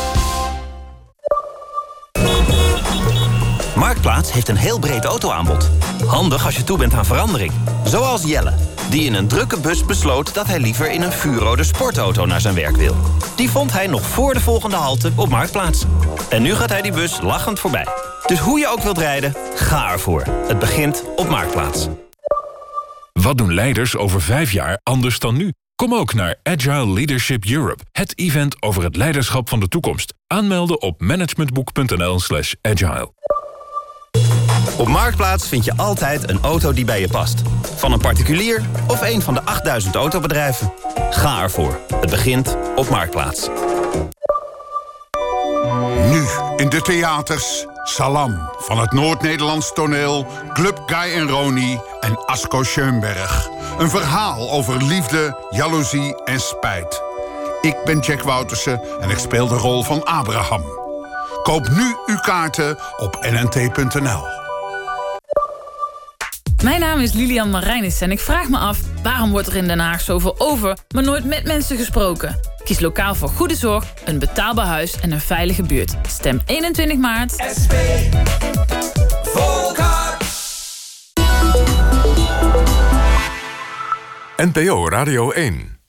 Marktplaats heeft een heel breed autoaanbod. Handig als je toe bent aan verandering. Zoals Jelle, die in een drukke bus besloot dat hij liever in een vuurrode sportauto naar zijn werk wil. Die vond hij nog voor de volgende halte op Marktplaats. En nu gaat hij die bus lachend voorbij. Dus hoe je ook wilt rijden, ga ervoor. Het begint op Marktplaats. Wat doen leiders over 5 jaar anders dan nu? Kom ook naar Agile Leadership Europe, het event over het leiderschap van de toekomst. Aanmelden op managementboek.nl/agile. Op Marktplaats vind je altijd een auto die bij je past. Van een particulier of een van de 8000 autobedrijven. Ga ervoor. Het begint op Marktplaats. Nu in de theaters Salam van het Noord-Nederlands toneel, Club Guy en Roni en Asko Schoenberg. Een verhaal over liefde, jaloezie en spijt. Ik ben Jack Woutersen en ik speel de rol van Abraham. Koop nu uw kaarten op nnt.nl. Mijn naam is Lilian Marijnissen en ik vraag me af... waarom wordt er in Den Haag zoveel over, maar nooit met mensen gesproken? Kies lokaal voor goede zorg, een betaalbaar huis en een veilige buurt. Stem 21 maart. SP Volkart. NPO Radio 1.